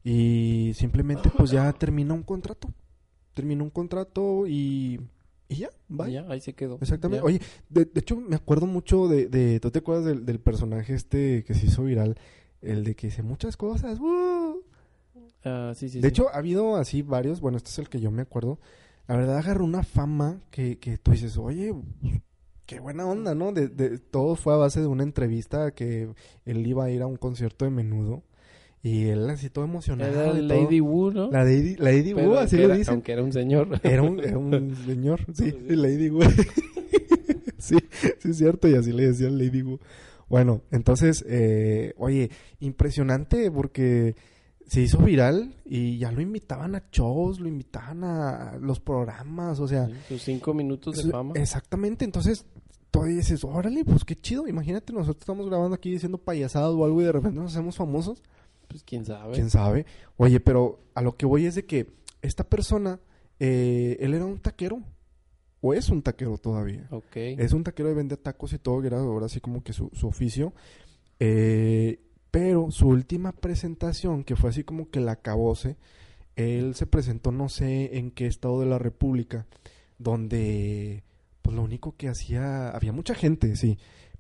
y simplemente pues ya termina un contrato. Termina un contrato y, y ya, bye. Ya, ahí se quedó. Exactamente. Ya. Oye, de, de hecho me acuerdo mucho de, de... ¿Tú te acuerdas del, del personaje este que se hizo viral? El de que dice muchas cosas. ¡Uh! Ah, sí, sí, De sí. hecho, ha habido así varios. Bueno, este es el que yo me acuerdo. La verdad agarró una fama que, que tú dices, oye, qué buena onda, ¿no? De, de, todo fue a base de una entrevista que él iba a ir a un concierto de Menudo. Y él así todo emocionado. Era y el todo. Lady Wu, ¿no? La Lady, la Lady Pero Wu, así que le era- dicen. Aunque era un señor. Era un, era un señor, sí, Sí. Lady Wu. sí, sí es cierto, y así le decía a Lady Wu. Bueno, entonces, eh, oye, impresionante porque se hizo viral y ya lo invitaban a shows, lo invitaban a los programas, o sea... Sí, sus cinco minutos de fama. Exactamente, entonces... Todavía dices, órale, pues qué chido. Imagínate, nosotros estamos grabando aquí diciendo payasadas o algo y de repente nos hacemos famosos. Pues quién sabe. Quién sabe. Oye, pero a lo que voy es de que esta persona, eh, él era un taquero. O es un taquero todavía. Ok. Es un taquero de vende tacos y todo, que era ahora así como que su, su oficio. Eh, pero su última presentación, que fue así como que la acabose, él se presentó no sé en qué estado de la República, donde... Pues lo único que hacía... Había mucha gente, sí.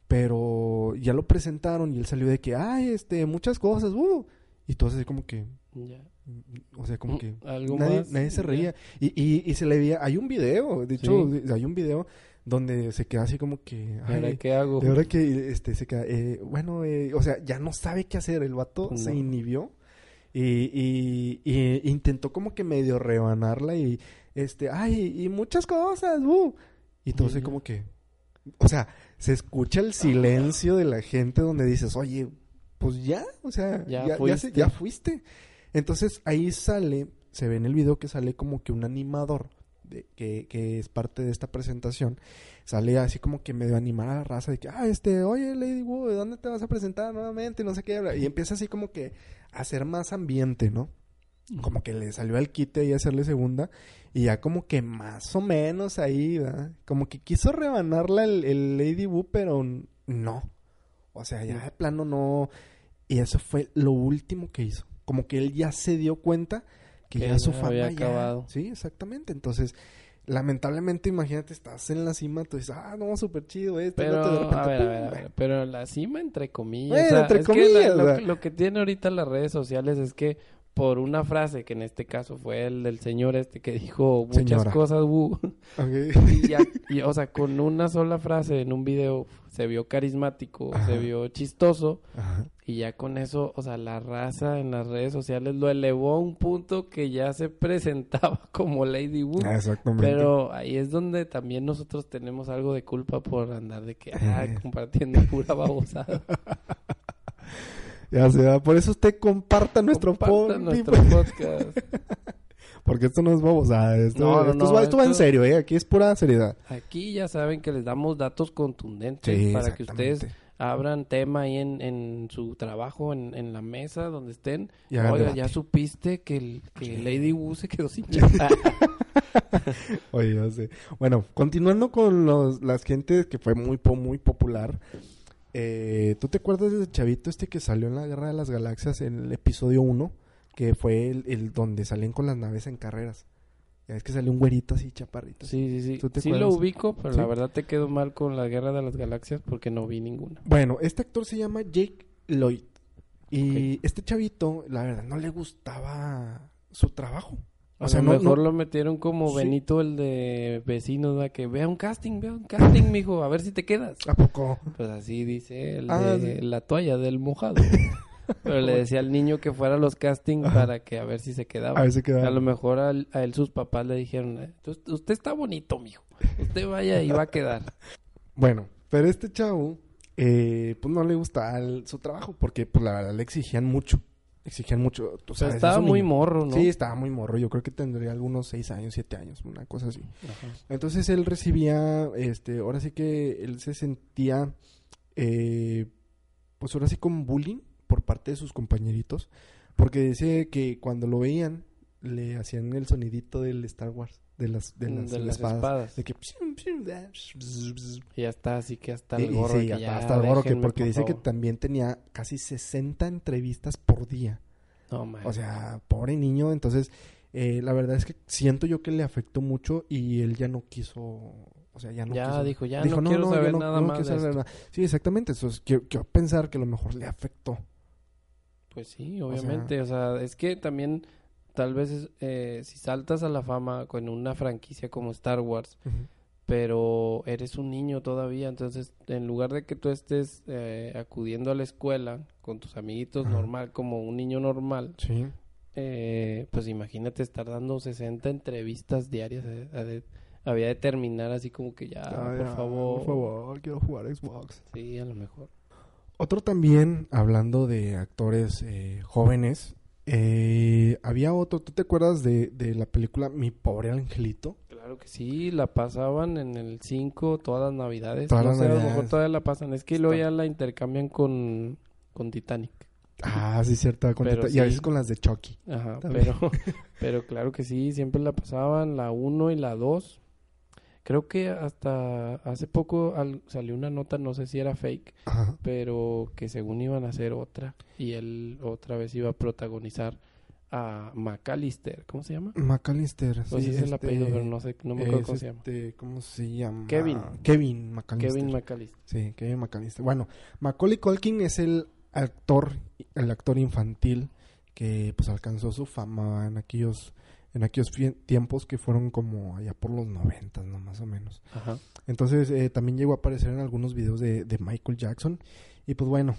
Pero ya lo presentaron y él salió de que... Ay, este... Muchas cosas, uh. Y todo así como que... Ya. O sea, como que... ¿Algo nadie, más? nadie se Ya. reía. Y, y, y se le veía... Hay un video, de hecho... Sí. Hay un video donde se queda así como que... ¿Y ahora Ay, qué hago? de ahora que... Este, se queda... Eh, bueno, eh, o sea, ya no sabe qué hacer. El vato Pues se no. inhibió. Y, y, y intentó como que medio rebanarla y... Este... Ay, y muchas cosas, uh. Y todo así Ujú. como que... O sea, se escucha el silencio de la gente donde dices, oye, pues ya, o sea, Ya ya, ya, fuiste. se- ya fuiste. Entonces ahí sale, se ve en el video que sale como que un animador de, que, que es parte de esta presentación, sale así como que medio animar a la raza de que, ah, este, oye, Lady Wu, ¿de dónde te vas a presentar nuevamente? No sé qué, y empieza así como que a hacer más ambiente, ¿no? Como que le salió al quite y hacerle segunda. Y ya como que más o menos ahí, ¿verdad? Como que quiso rebanarla el, el Lady Wu, pero n- no. O sea, ya de plano no. Y eso fue lo último que hizo. Como que él ya se dio cuenta que, Que ya su ya fama había ya... acabado. Sí, exactamente. Entonces, lamentablemente, imagínate, estás en la cima, tú dices, ah, no, súper chido esto. Pero, y otro, de repente, a ver, a ¡pum! ver, a ver. Pero la cima entre comillas. Bueno, o sea, entre es que comillas, la- lo, ¿verdad? que- lo que tiene ahorita las redes sociales es que por una frase, que en este caso fue el del señor este que dijo muchas Señora. cosas, uh, Ok. y ya, y, o sea, con una sola frase en un video se vio carismático, Ajá. se vio chistoso, Ajá. y ya con eso, o sea, la raza en las redes sociales lo elevó a un punto que ya se presentaba como Lady Wu. Ah, exactamente. Pero ahí es donde también nosotros tenemos algo de culpa por andar de que, ah, Eh. compartiendo pura babosada. Ya se va. Por eso usted comparta nuestro, Compartan pod- nuestro podcast. Porque esto no es babosada. Esto, No, no, esto, no, va, esto va en esto- serio, ¿eh? Aquí es pura seriedad. Aquí ya saben que les damos datos contundentes Sí, para que exactamente. ustedes abran tema ahí en, en su trabajo, en, en la mesa donde estén. Y hagan Oiga, debate. ya supiste que, el, que Sí. Lady Wu se quedó sin chamba. Oye, ya sé. Bueno, continuando con los, las gentes que fue muy, po- muy popular. Eh, ¿Tú te acuerdas del chavito este que salió en la Guerra de las Galaxias en el episodio uno? Que fue el, el donde salen con las naves en carreras. Ya ves que salió un güerito así, chaparrito. Sí, sí, ¿Tú sí. te Sí lo acuerdas? ubico, pero ¿Sí? la verdad te quedo mal con la Guerra de las Galaxias porque no vi ninguna. Bueno, este actor se llama Jake Lloyd. Y este chavito, la verdad, no le gustaba su trabajo. A O sea, lo no, mejor no- lo metieron como Sí. Benito, el de vecinos, ¿verdad? Que vea un casting, vea un casting, mijo, a ver si te quedas. ¿A poco? Pues así dice el Ah, de sí. la toalla del mojado. Pero le decía al niño que fuera a los castings Ajá. para que a ver si se quedaba. A ver si quedaba. A lo mejor al- a él sus papás le dijeron, "Eh, usted, usted está bonito, mijo. Usted vaya y va a quedar." Bueno, pero este chavo, eh, pues no le gustaba el- su trabajo porque, pues la verdad, le exigían mucho. Le exigían mucho. Tú O sea, sabes, estaba es un muy niño. morro, ¿no? Sí, estaba muy morro. Yo creo que tendría algunos seis años, siete años, una cosa así. Ajá. Entonces él recibía, este, ahora sí que él se sentía, eh, pues ahora sí con bullying por parte de sus compañeritos, porque dice que cuando lo veían le hacían el sonidito del Star Wars, de las, de las, De las espadas, espadas. de que Y ya está, así que hasta y- el y gorro. sí, que hasta, ya, hasta el gorro, que déjenme, porque por dice que favor. también tenía casi sesenta entrevistas por día. No, man. O sea, pobre niño. Entonces, eh, la verdad es que siento yo que le afectó mucho y él ya no quiso, o sea, ya no ya quiso. dijo, ya Dijo, no, quiero yo saber no- nada no más quiero de saber esto. nada. Sí, exactamente. Entonces, quiero, quiero pensar que a lo mejor le afectó. Pues sí, obviamente. O sea, es que también tal vez eh, si saltas a la fama con una franquicia como Star Wars, Ujú. pero eres un niño todavía, entonces en lugar de que tú estés eh, acudiendo a la escuela con tus amiguitos Ajá. normal, como un niño normal, Sí. eh, pues imagínate estar dando sesenta entrevistas diarias. eh, a de- había de terminar así como que ya, Ah, por ya, favor. Por favor, quiero jugar Xbox. Sí, a lo mejor. Otro también, hablando de actores eh, jóvenes, eh, había otro, ¿tú te acuerdas de, de la película Mi Pobre Angelito? Claro que sí, la pasaban en el cinco todas las navidades. Todas no las sé, a lo navidades. mejor todavía la pasan. Es que luego ya la intercambian con, con Titanic. Ah, sí, cierto. Con Pero Tita- Y a sí. veces con las de Chucky. Ajá, También. pero, pero claro que sí, siempre la pasaban, la uno y la dos. Creo que hasta hace poco al- salió una nota, no sé si era fake, Ajá. pero que según iban a hacer otra y él otra vez iba a protagonizar a McAllister, ¿cómo se llama? McAllister. Pues sí, es el este, apellido, pero no sé, no me acuerdo es cómo se llama. este, ¿Cómo se llama? Kevin. Kevin McAllister. Kevin McAllister. Sí, Kevin McAllister. Bueno, Macaulay Culkin es el actor, el actor infantil que pues alcanzó su fama en aquellos, en aquellos fie- tiempos que fueron como allá por los noventas, ¿no? Más o menos. Ajá. Entonces eh, también llegó a aparecer en algunos videos de, de Michael Jackson. Y pues bueno,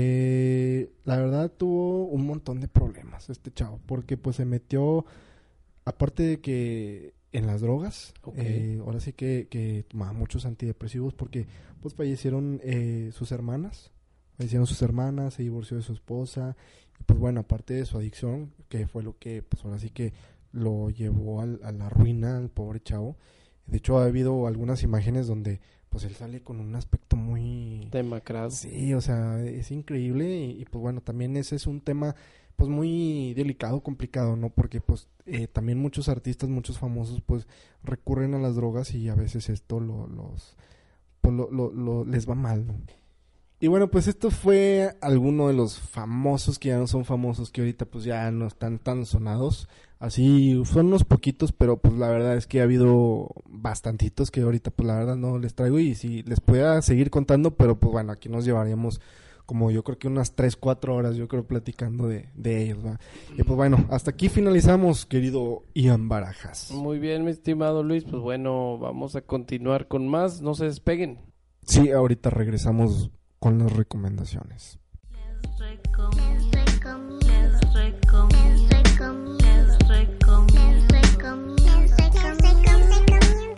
eh, la verdad tuvo un montón de problemas este chavo, porque pues se metió, aparte de que en las drogas, Ok. eh, ahora sí que, que tomaba muchos antidepresivos porque pues fallecieron eh, sus hermanas, fallecieron sus hermanas, se divorció de su esposa, y pues bueno, aparte de su adicción, que fue lo que pues ahora sí que lo llevó al- a la ruina al pobre chavo. De hecho ha habido algunas imágenes donde pues él sale con un aspecto muy... Demacrado. Sí, o sea, es increíble y, y, pues bueno, también ese es un tema pues muy delicado, complicado, ¿no? Porque pues eh, también muchos artistas, muchos famosos pues recurren a las drogas y a veces esto lo, los pues lo, lo, lo- les va mal, ¿no? Y bueno, pues esto fue alguno de los famosos que ya no son famosos, que ahorita pues ya no están tan sonados. Así son unos poquitos, pero pues la verdad es que ha habido bastantitos que ahorita pues la verdad no les traigo y si les pudiera seguir contando, pero pues bueno, aquí nos llevaríamos como yo creo que unas tres, cuatro horas yo creo platicando de, de ellos, ¿va? Y pues bueno, hasta aquí finalizamos, querido Ian Barajas. Muy bien, mi estimado Luis, pues bueno, vamos a continuar con más, no se despeguen. Sí, ahorita regresamos con las recomendaciones. Les recomiendo, les recomiendo, les recomiendo, les recomiendo, les recomiendo, les recomiendo, les recomiendo.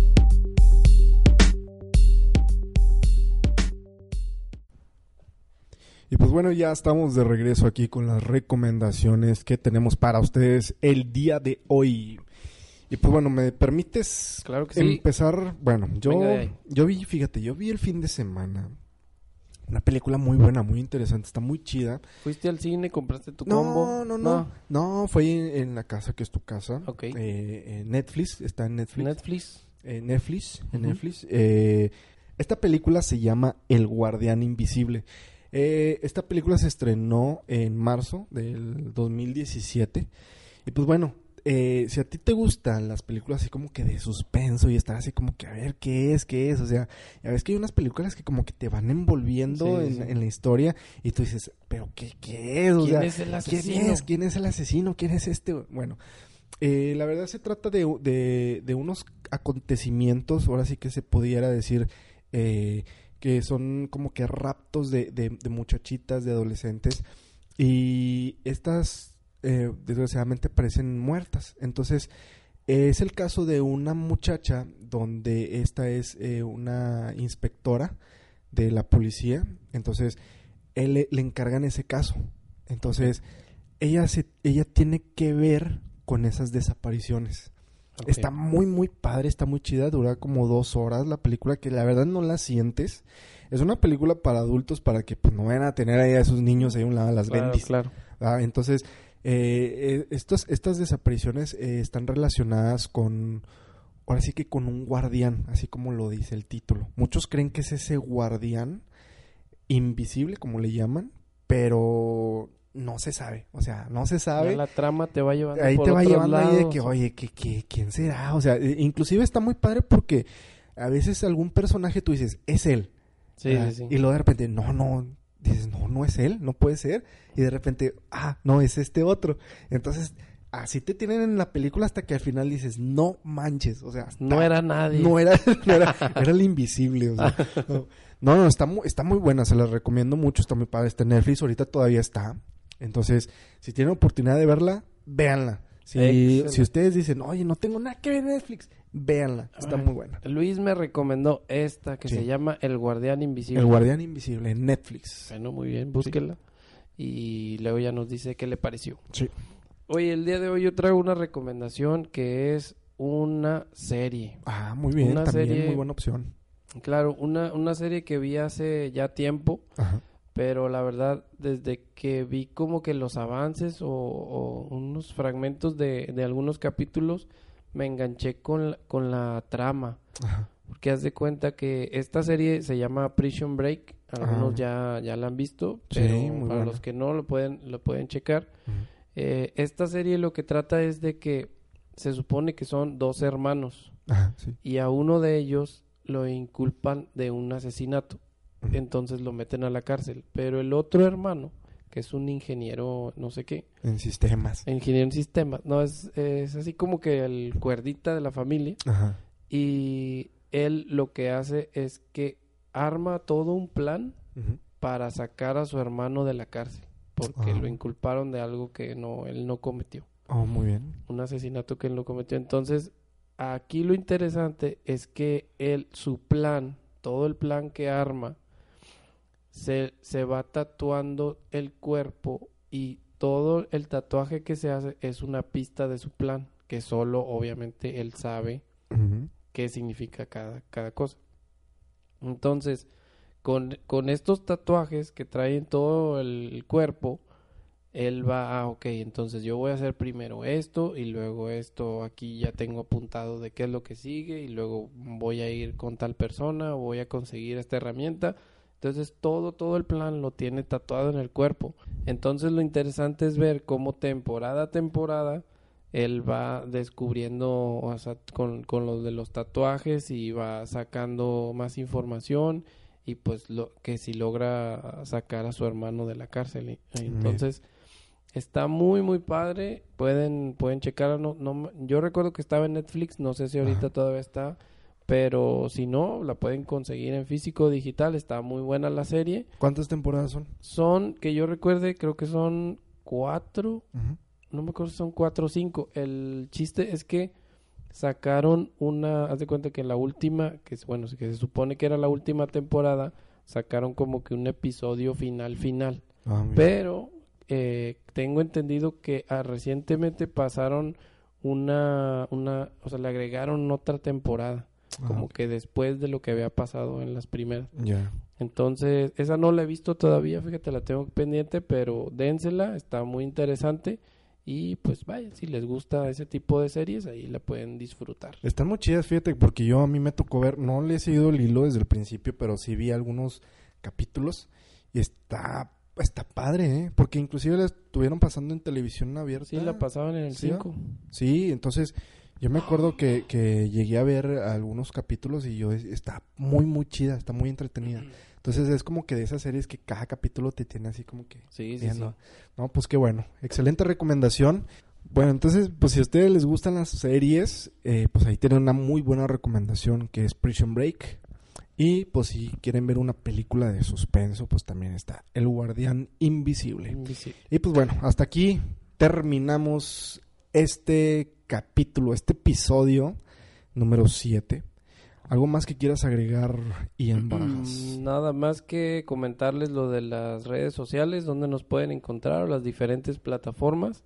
Y pues bueno, ya estamos de regreso aquí con las recomendaciones que tenemos para ustedes el día de hoy. Y pues bueno, ¿me permites Claro que sí. empezar? Bueno, yo, Venga de ahí. yo vi, fíjate, yo vi el fin de semana una película muy buena, muy interesante, está muy chida. ¿Fuiste al cine, compraste tu No, combo? no, no, no, fue en, en la casa que es tu casa. Ok. Eh, en Netflix, está en Netflix. Netflix. Eh, Netflix, en Ujú. Netflix. Eh, esta película se llama El Guardián Invisible. Eh, esta película se estrenó en marzo del dos mil diecisiete. Y pues bueno, eh, si a ti te gustan las películas así como que de suspenso y estar así como que a ver qué es, qué es, o sea, ya ves que hay unas películas que como que te van envolviendo Sí, en, sí. en la historia y tú dices, pero qué, qué es, o ¿Quién sea, es el ¿quién asesino? es? ¿Quién es el asesino? ¿Quién es este? Bueno, eh, la verdad se trata de, de, de unos acontecimientos, ahora sí que se pudiera decir, eh, que son como que raptos de, de, de muchachitas, de adolescentes, y estas eh, desgraciadamente parecen muertas. Entonces, eh, es el caso de una muchacha donde esta es eh, una inspectora de la policía, entonces él le, le encargan ese caso. Entonces, ella se, ella tiene que ver con esas desapariciones. Ok. Está muy, muy padre, está muy chida, dura como dos horas la película, que la verdad no la sientes. Es una película para adultos, para que pues no vayan a tener ahí a esos niños ahí a un lado de las Claro, bendis. claro. ¿Ah? Entonces, eh, eh, estos, estas desapariciones eh, están relacionadas con, ahora sí que con un guardián, así como lo dice el título. Muchos creen que es ese guardián invisible, como le llaman, pero no se sabe, o sea, no se sabe. Ya la trama te va llevando Ahí por te va otros llevando ahí de lados. que, oye, que, que, ¿quién será? O sea, eh, inclusive está muy padre porque a veces algún personaje tú dices, es él. Sí, ¿verdad? sí, sí. Y luego de repente, no, no, dices, no, no es él, no puede ser. Y de repente, ah, no, es este otro. Entonces, así te tienen en la película hasta que al final dices, no manches, o sea, está- No era nadie. no era, no era, era el invisible, o sea, no, no, no, está muy, está muy buena, se las recomiendo mucho, está muy padre, está en Netflix, ahorita todavía está. Entonces, si tienen oportunidad de verla, véanla. Si, Excelente. si ustedes dicen, oye, no tengo nada que ver en Netflix, véanla, está Ay, muy buena. Luis me recomendó esta que Sí. se llama El Guardián Invisible. El Guardián Invisible en Netflix. Bueno, muy bien, búsquela. Y luego ya nos dice qué le pareció. Sí. Oye, el día de hoy yo traigo una recomendación que es una serie. Ah, muy bien, Una también serie- muy buena opción. Claro, una, una serie que vi hace ya tiempo, Ajá. pero la verdad, desde que vi como que los avances o, o unos fragmentos de, de algunos capítulos, me enganché con la, con la trama. Ajá. Porque haz de cuenta que esta serie se llama Prison Break. Algunos Ah. ya, ya la han visto, Sí, pero muy para buena. los que no lo pueden, lo pueden checar. Ujú. Eh, esta serie lo que trata es de que se supone que son dos hermanos Ajá, sí. y a uno de ellos lo inculpan de un asesinato. Ujú. Entonces lo meten a la cárcel. Pero el otro hermano, que es un ingeniero, no sé qué, En sistemas. ingeniero en sistemas, no, es, es así como que el cuerdita de la familia. Ajá. Y él lo que hace es que arma todo un plan Ujú. para sacar a su hermano de la cárcel. Porque Ah. lo inculparon de algo que no él no cometió. Oh, muy bien. Un asesinato que él no cometió. Entonces, aquí lo interesante es que él, su plan, todo el plan que arma, se, se va tatuando el cuerpo y todo el tatuaje que se hace es una pista de su plan, que solo obviamente él sabe Ujú. qué significa cada, cada cosa. Entonces, con, con estos tatuajes que traen todo el cuerpo, él va, ah, ok, entonces yo voy a hacer primero esto y luego esto, aquí ya tengo apuntado de qué es lo que sigue y luego voy a ir con tal persona, voy a conseguir esta herramienta. Entonces todo, todo el plan lo tiene tatuado en el cuerpo. Entonces lo interesante es ver cómo temporada a temporada él va descubriendo, o sea, con, con los de los tatuajes y va sacando más información y pues lo que si logra sacar a su hermano de la cárcel. Y- Entonces está muy muy padre, pueden pueden checarlo. No, no, yo recuerdo que estaba en Netflix, no sé si ahorita Ajá. todavía está, pero si no, la pueden conseguir en físico o digital. Está muy buena la serie. ¿Cuántas temporadas son? Son, que yo recuerde, creo que son cuatro, Ujú. no me acuerdo si son cuatro o cinco. El chiste es que sacaron una, haz de cuenta que la última, que es, bueno, que se supone que era la última temporada, sacaron como que un episodio final final. Ah, muy bien. Pero eh, tengo entendido que ah, recientemente pasaron una, una, o sea, le agregaron otra temporada, Ah, como ok. que después de lo que había pasado en las primeras. Ya. Entonces, esa no la he visto todavía, fíjate, la tengo pendiente, pero dénsela, está muy interesante. Y pues vaya, si les gusta ese tipo de series, ahí la pueden disfrutar. Están muy chidas, fíjate, porque yo a mí me tocó ver, no le he seguido el hilo desde el principio, pero sí vi algunos capítulos y está, está padre, ¿eh? Porque inclusive la estuvieron pasando en televisión abierta. Sí, la pasaban en el ¿Sí, cinco. Sí, entonces yo me acuerdo que, que llegué a ver algunos capítulos y yo, es- está muy, muy chida, está muy entretenida. Entonces es como que de esas series que cada capítulo te tiene así como que... Sí, sí, viendo. sí. No, pues qué bueno. Excelente recomendación. Bueno, entonces, pues si a ustedes les gustan las series, eh, pues ahí tienen una muy buena recomendación que es Prison Break. Y pues si quieren ver una película de suspenso, pues también está El Guardián Invisible. Invisible. Y pues bueno, hasta aquí terminamos este capítulo, este episodio número siete. ¿Algo más que quieras agregar, Ian Barajas? Mm, Nada más que comentarles lo de las redes sociales, donde nos pueden encontrar, o las diferentes plataformas.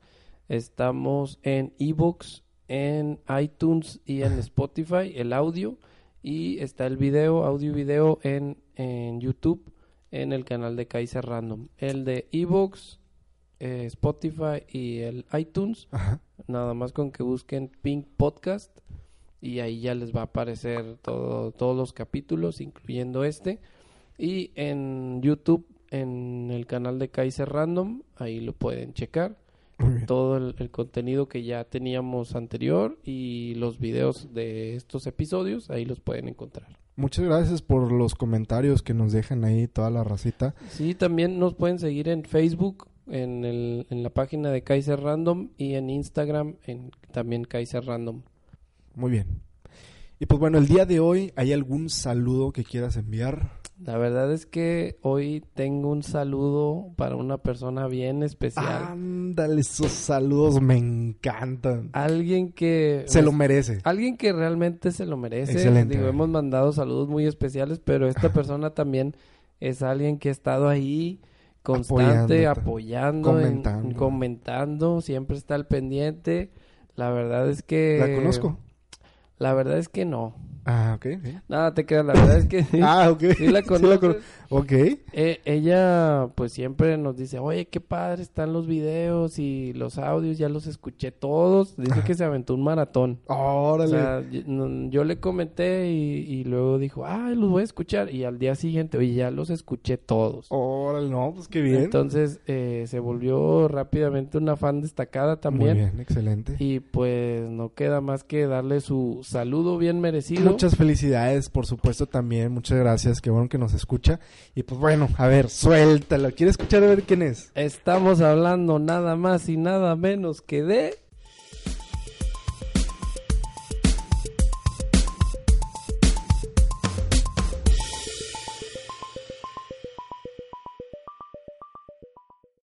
Estamos en iVoox, en iTunes y en Spotify, el audio. Y está el video, audio y video en, en YouTube, en el canal de Kaiser Random. El de iVoox, eh, Spotify y el iTunes, Ajá. nada más con que busquen Pink Podcast y ahí ya les va a aparecer todo, todos los capítulos, incluyendo este. Y en YouTube, en el canal de Kaiser Random, ahí lo pueden checar. Muy bien. Todo el, el contenido que ya teníamos anterior y los videos de estos episodios, ahí los pueden encontrar. Muchas gracias por los comentarios que nos dejan ahí toda la racita. Sí, también nos pueden seguir en Facebook, en, el, en la página de Kaiser Random, y en Instagram, en también Kaiser Random. Muy bien. Y pues bueno, el día de hoy, ¿hay algún saludo que quieras enviar? La verdad es que hoy tengo un saludo para una persona bien especial. Ándale, esos saludos me encantan. Alguien que... Se lo merece. Alguien que realmente se lo merece. Excelente. Digo, hemos mandado saludos muy especiales, pero esta persona también es alguien que ha estado ahí constante, Apoyándote. apoyando, en- Comentando. en- comentando, siempre está al pendiente. La verdad es que... ¿La conozco? La verdad es que no. Ah, ok. sí. Nada, te queda, la verdad es que sí. Ah, ok. Sí la conoces. cono- Ok. Eh, ella pues siempre nos dice, oye, qué padre están los videos y los audios, ya los escuché todos. Dice que se aventó un maratón. O Órale. sea, yo, no- yo le comenté y, y luego dijo, ah, los voy a escuchar. Y al día siguiente, oye, ya los escuché todos. Órale, no, pues qué bien. Entonces eh, se volvió rápidamente una fan destacada también. Muy bien, excelente. Y pues no queda más que darle su saludo bien merecido. Muchas felicidades, por supuesto, también. Muchas gracias. Qué bueno que nos escucha. Y pues bueno, a ver, suéltalo. ¿Quiere escuchar a ver quién es? Estamos hablando nada más y nada menos que de...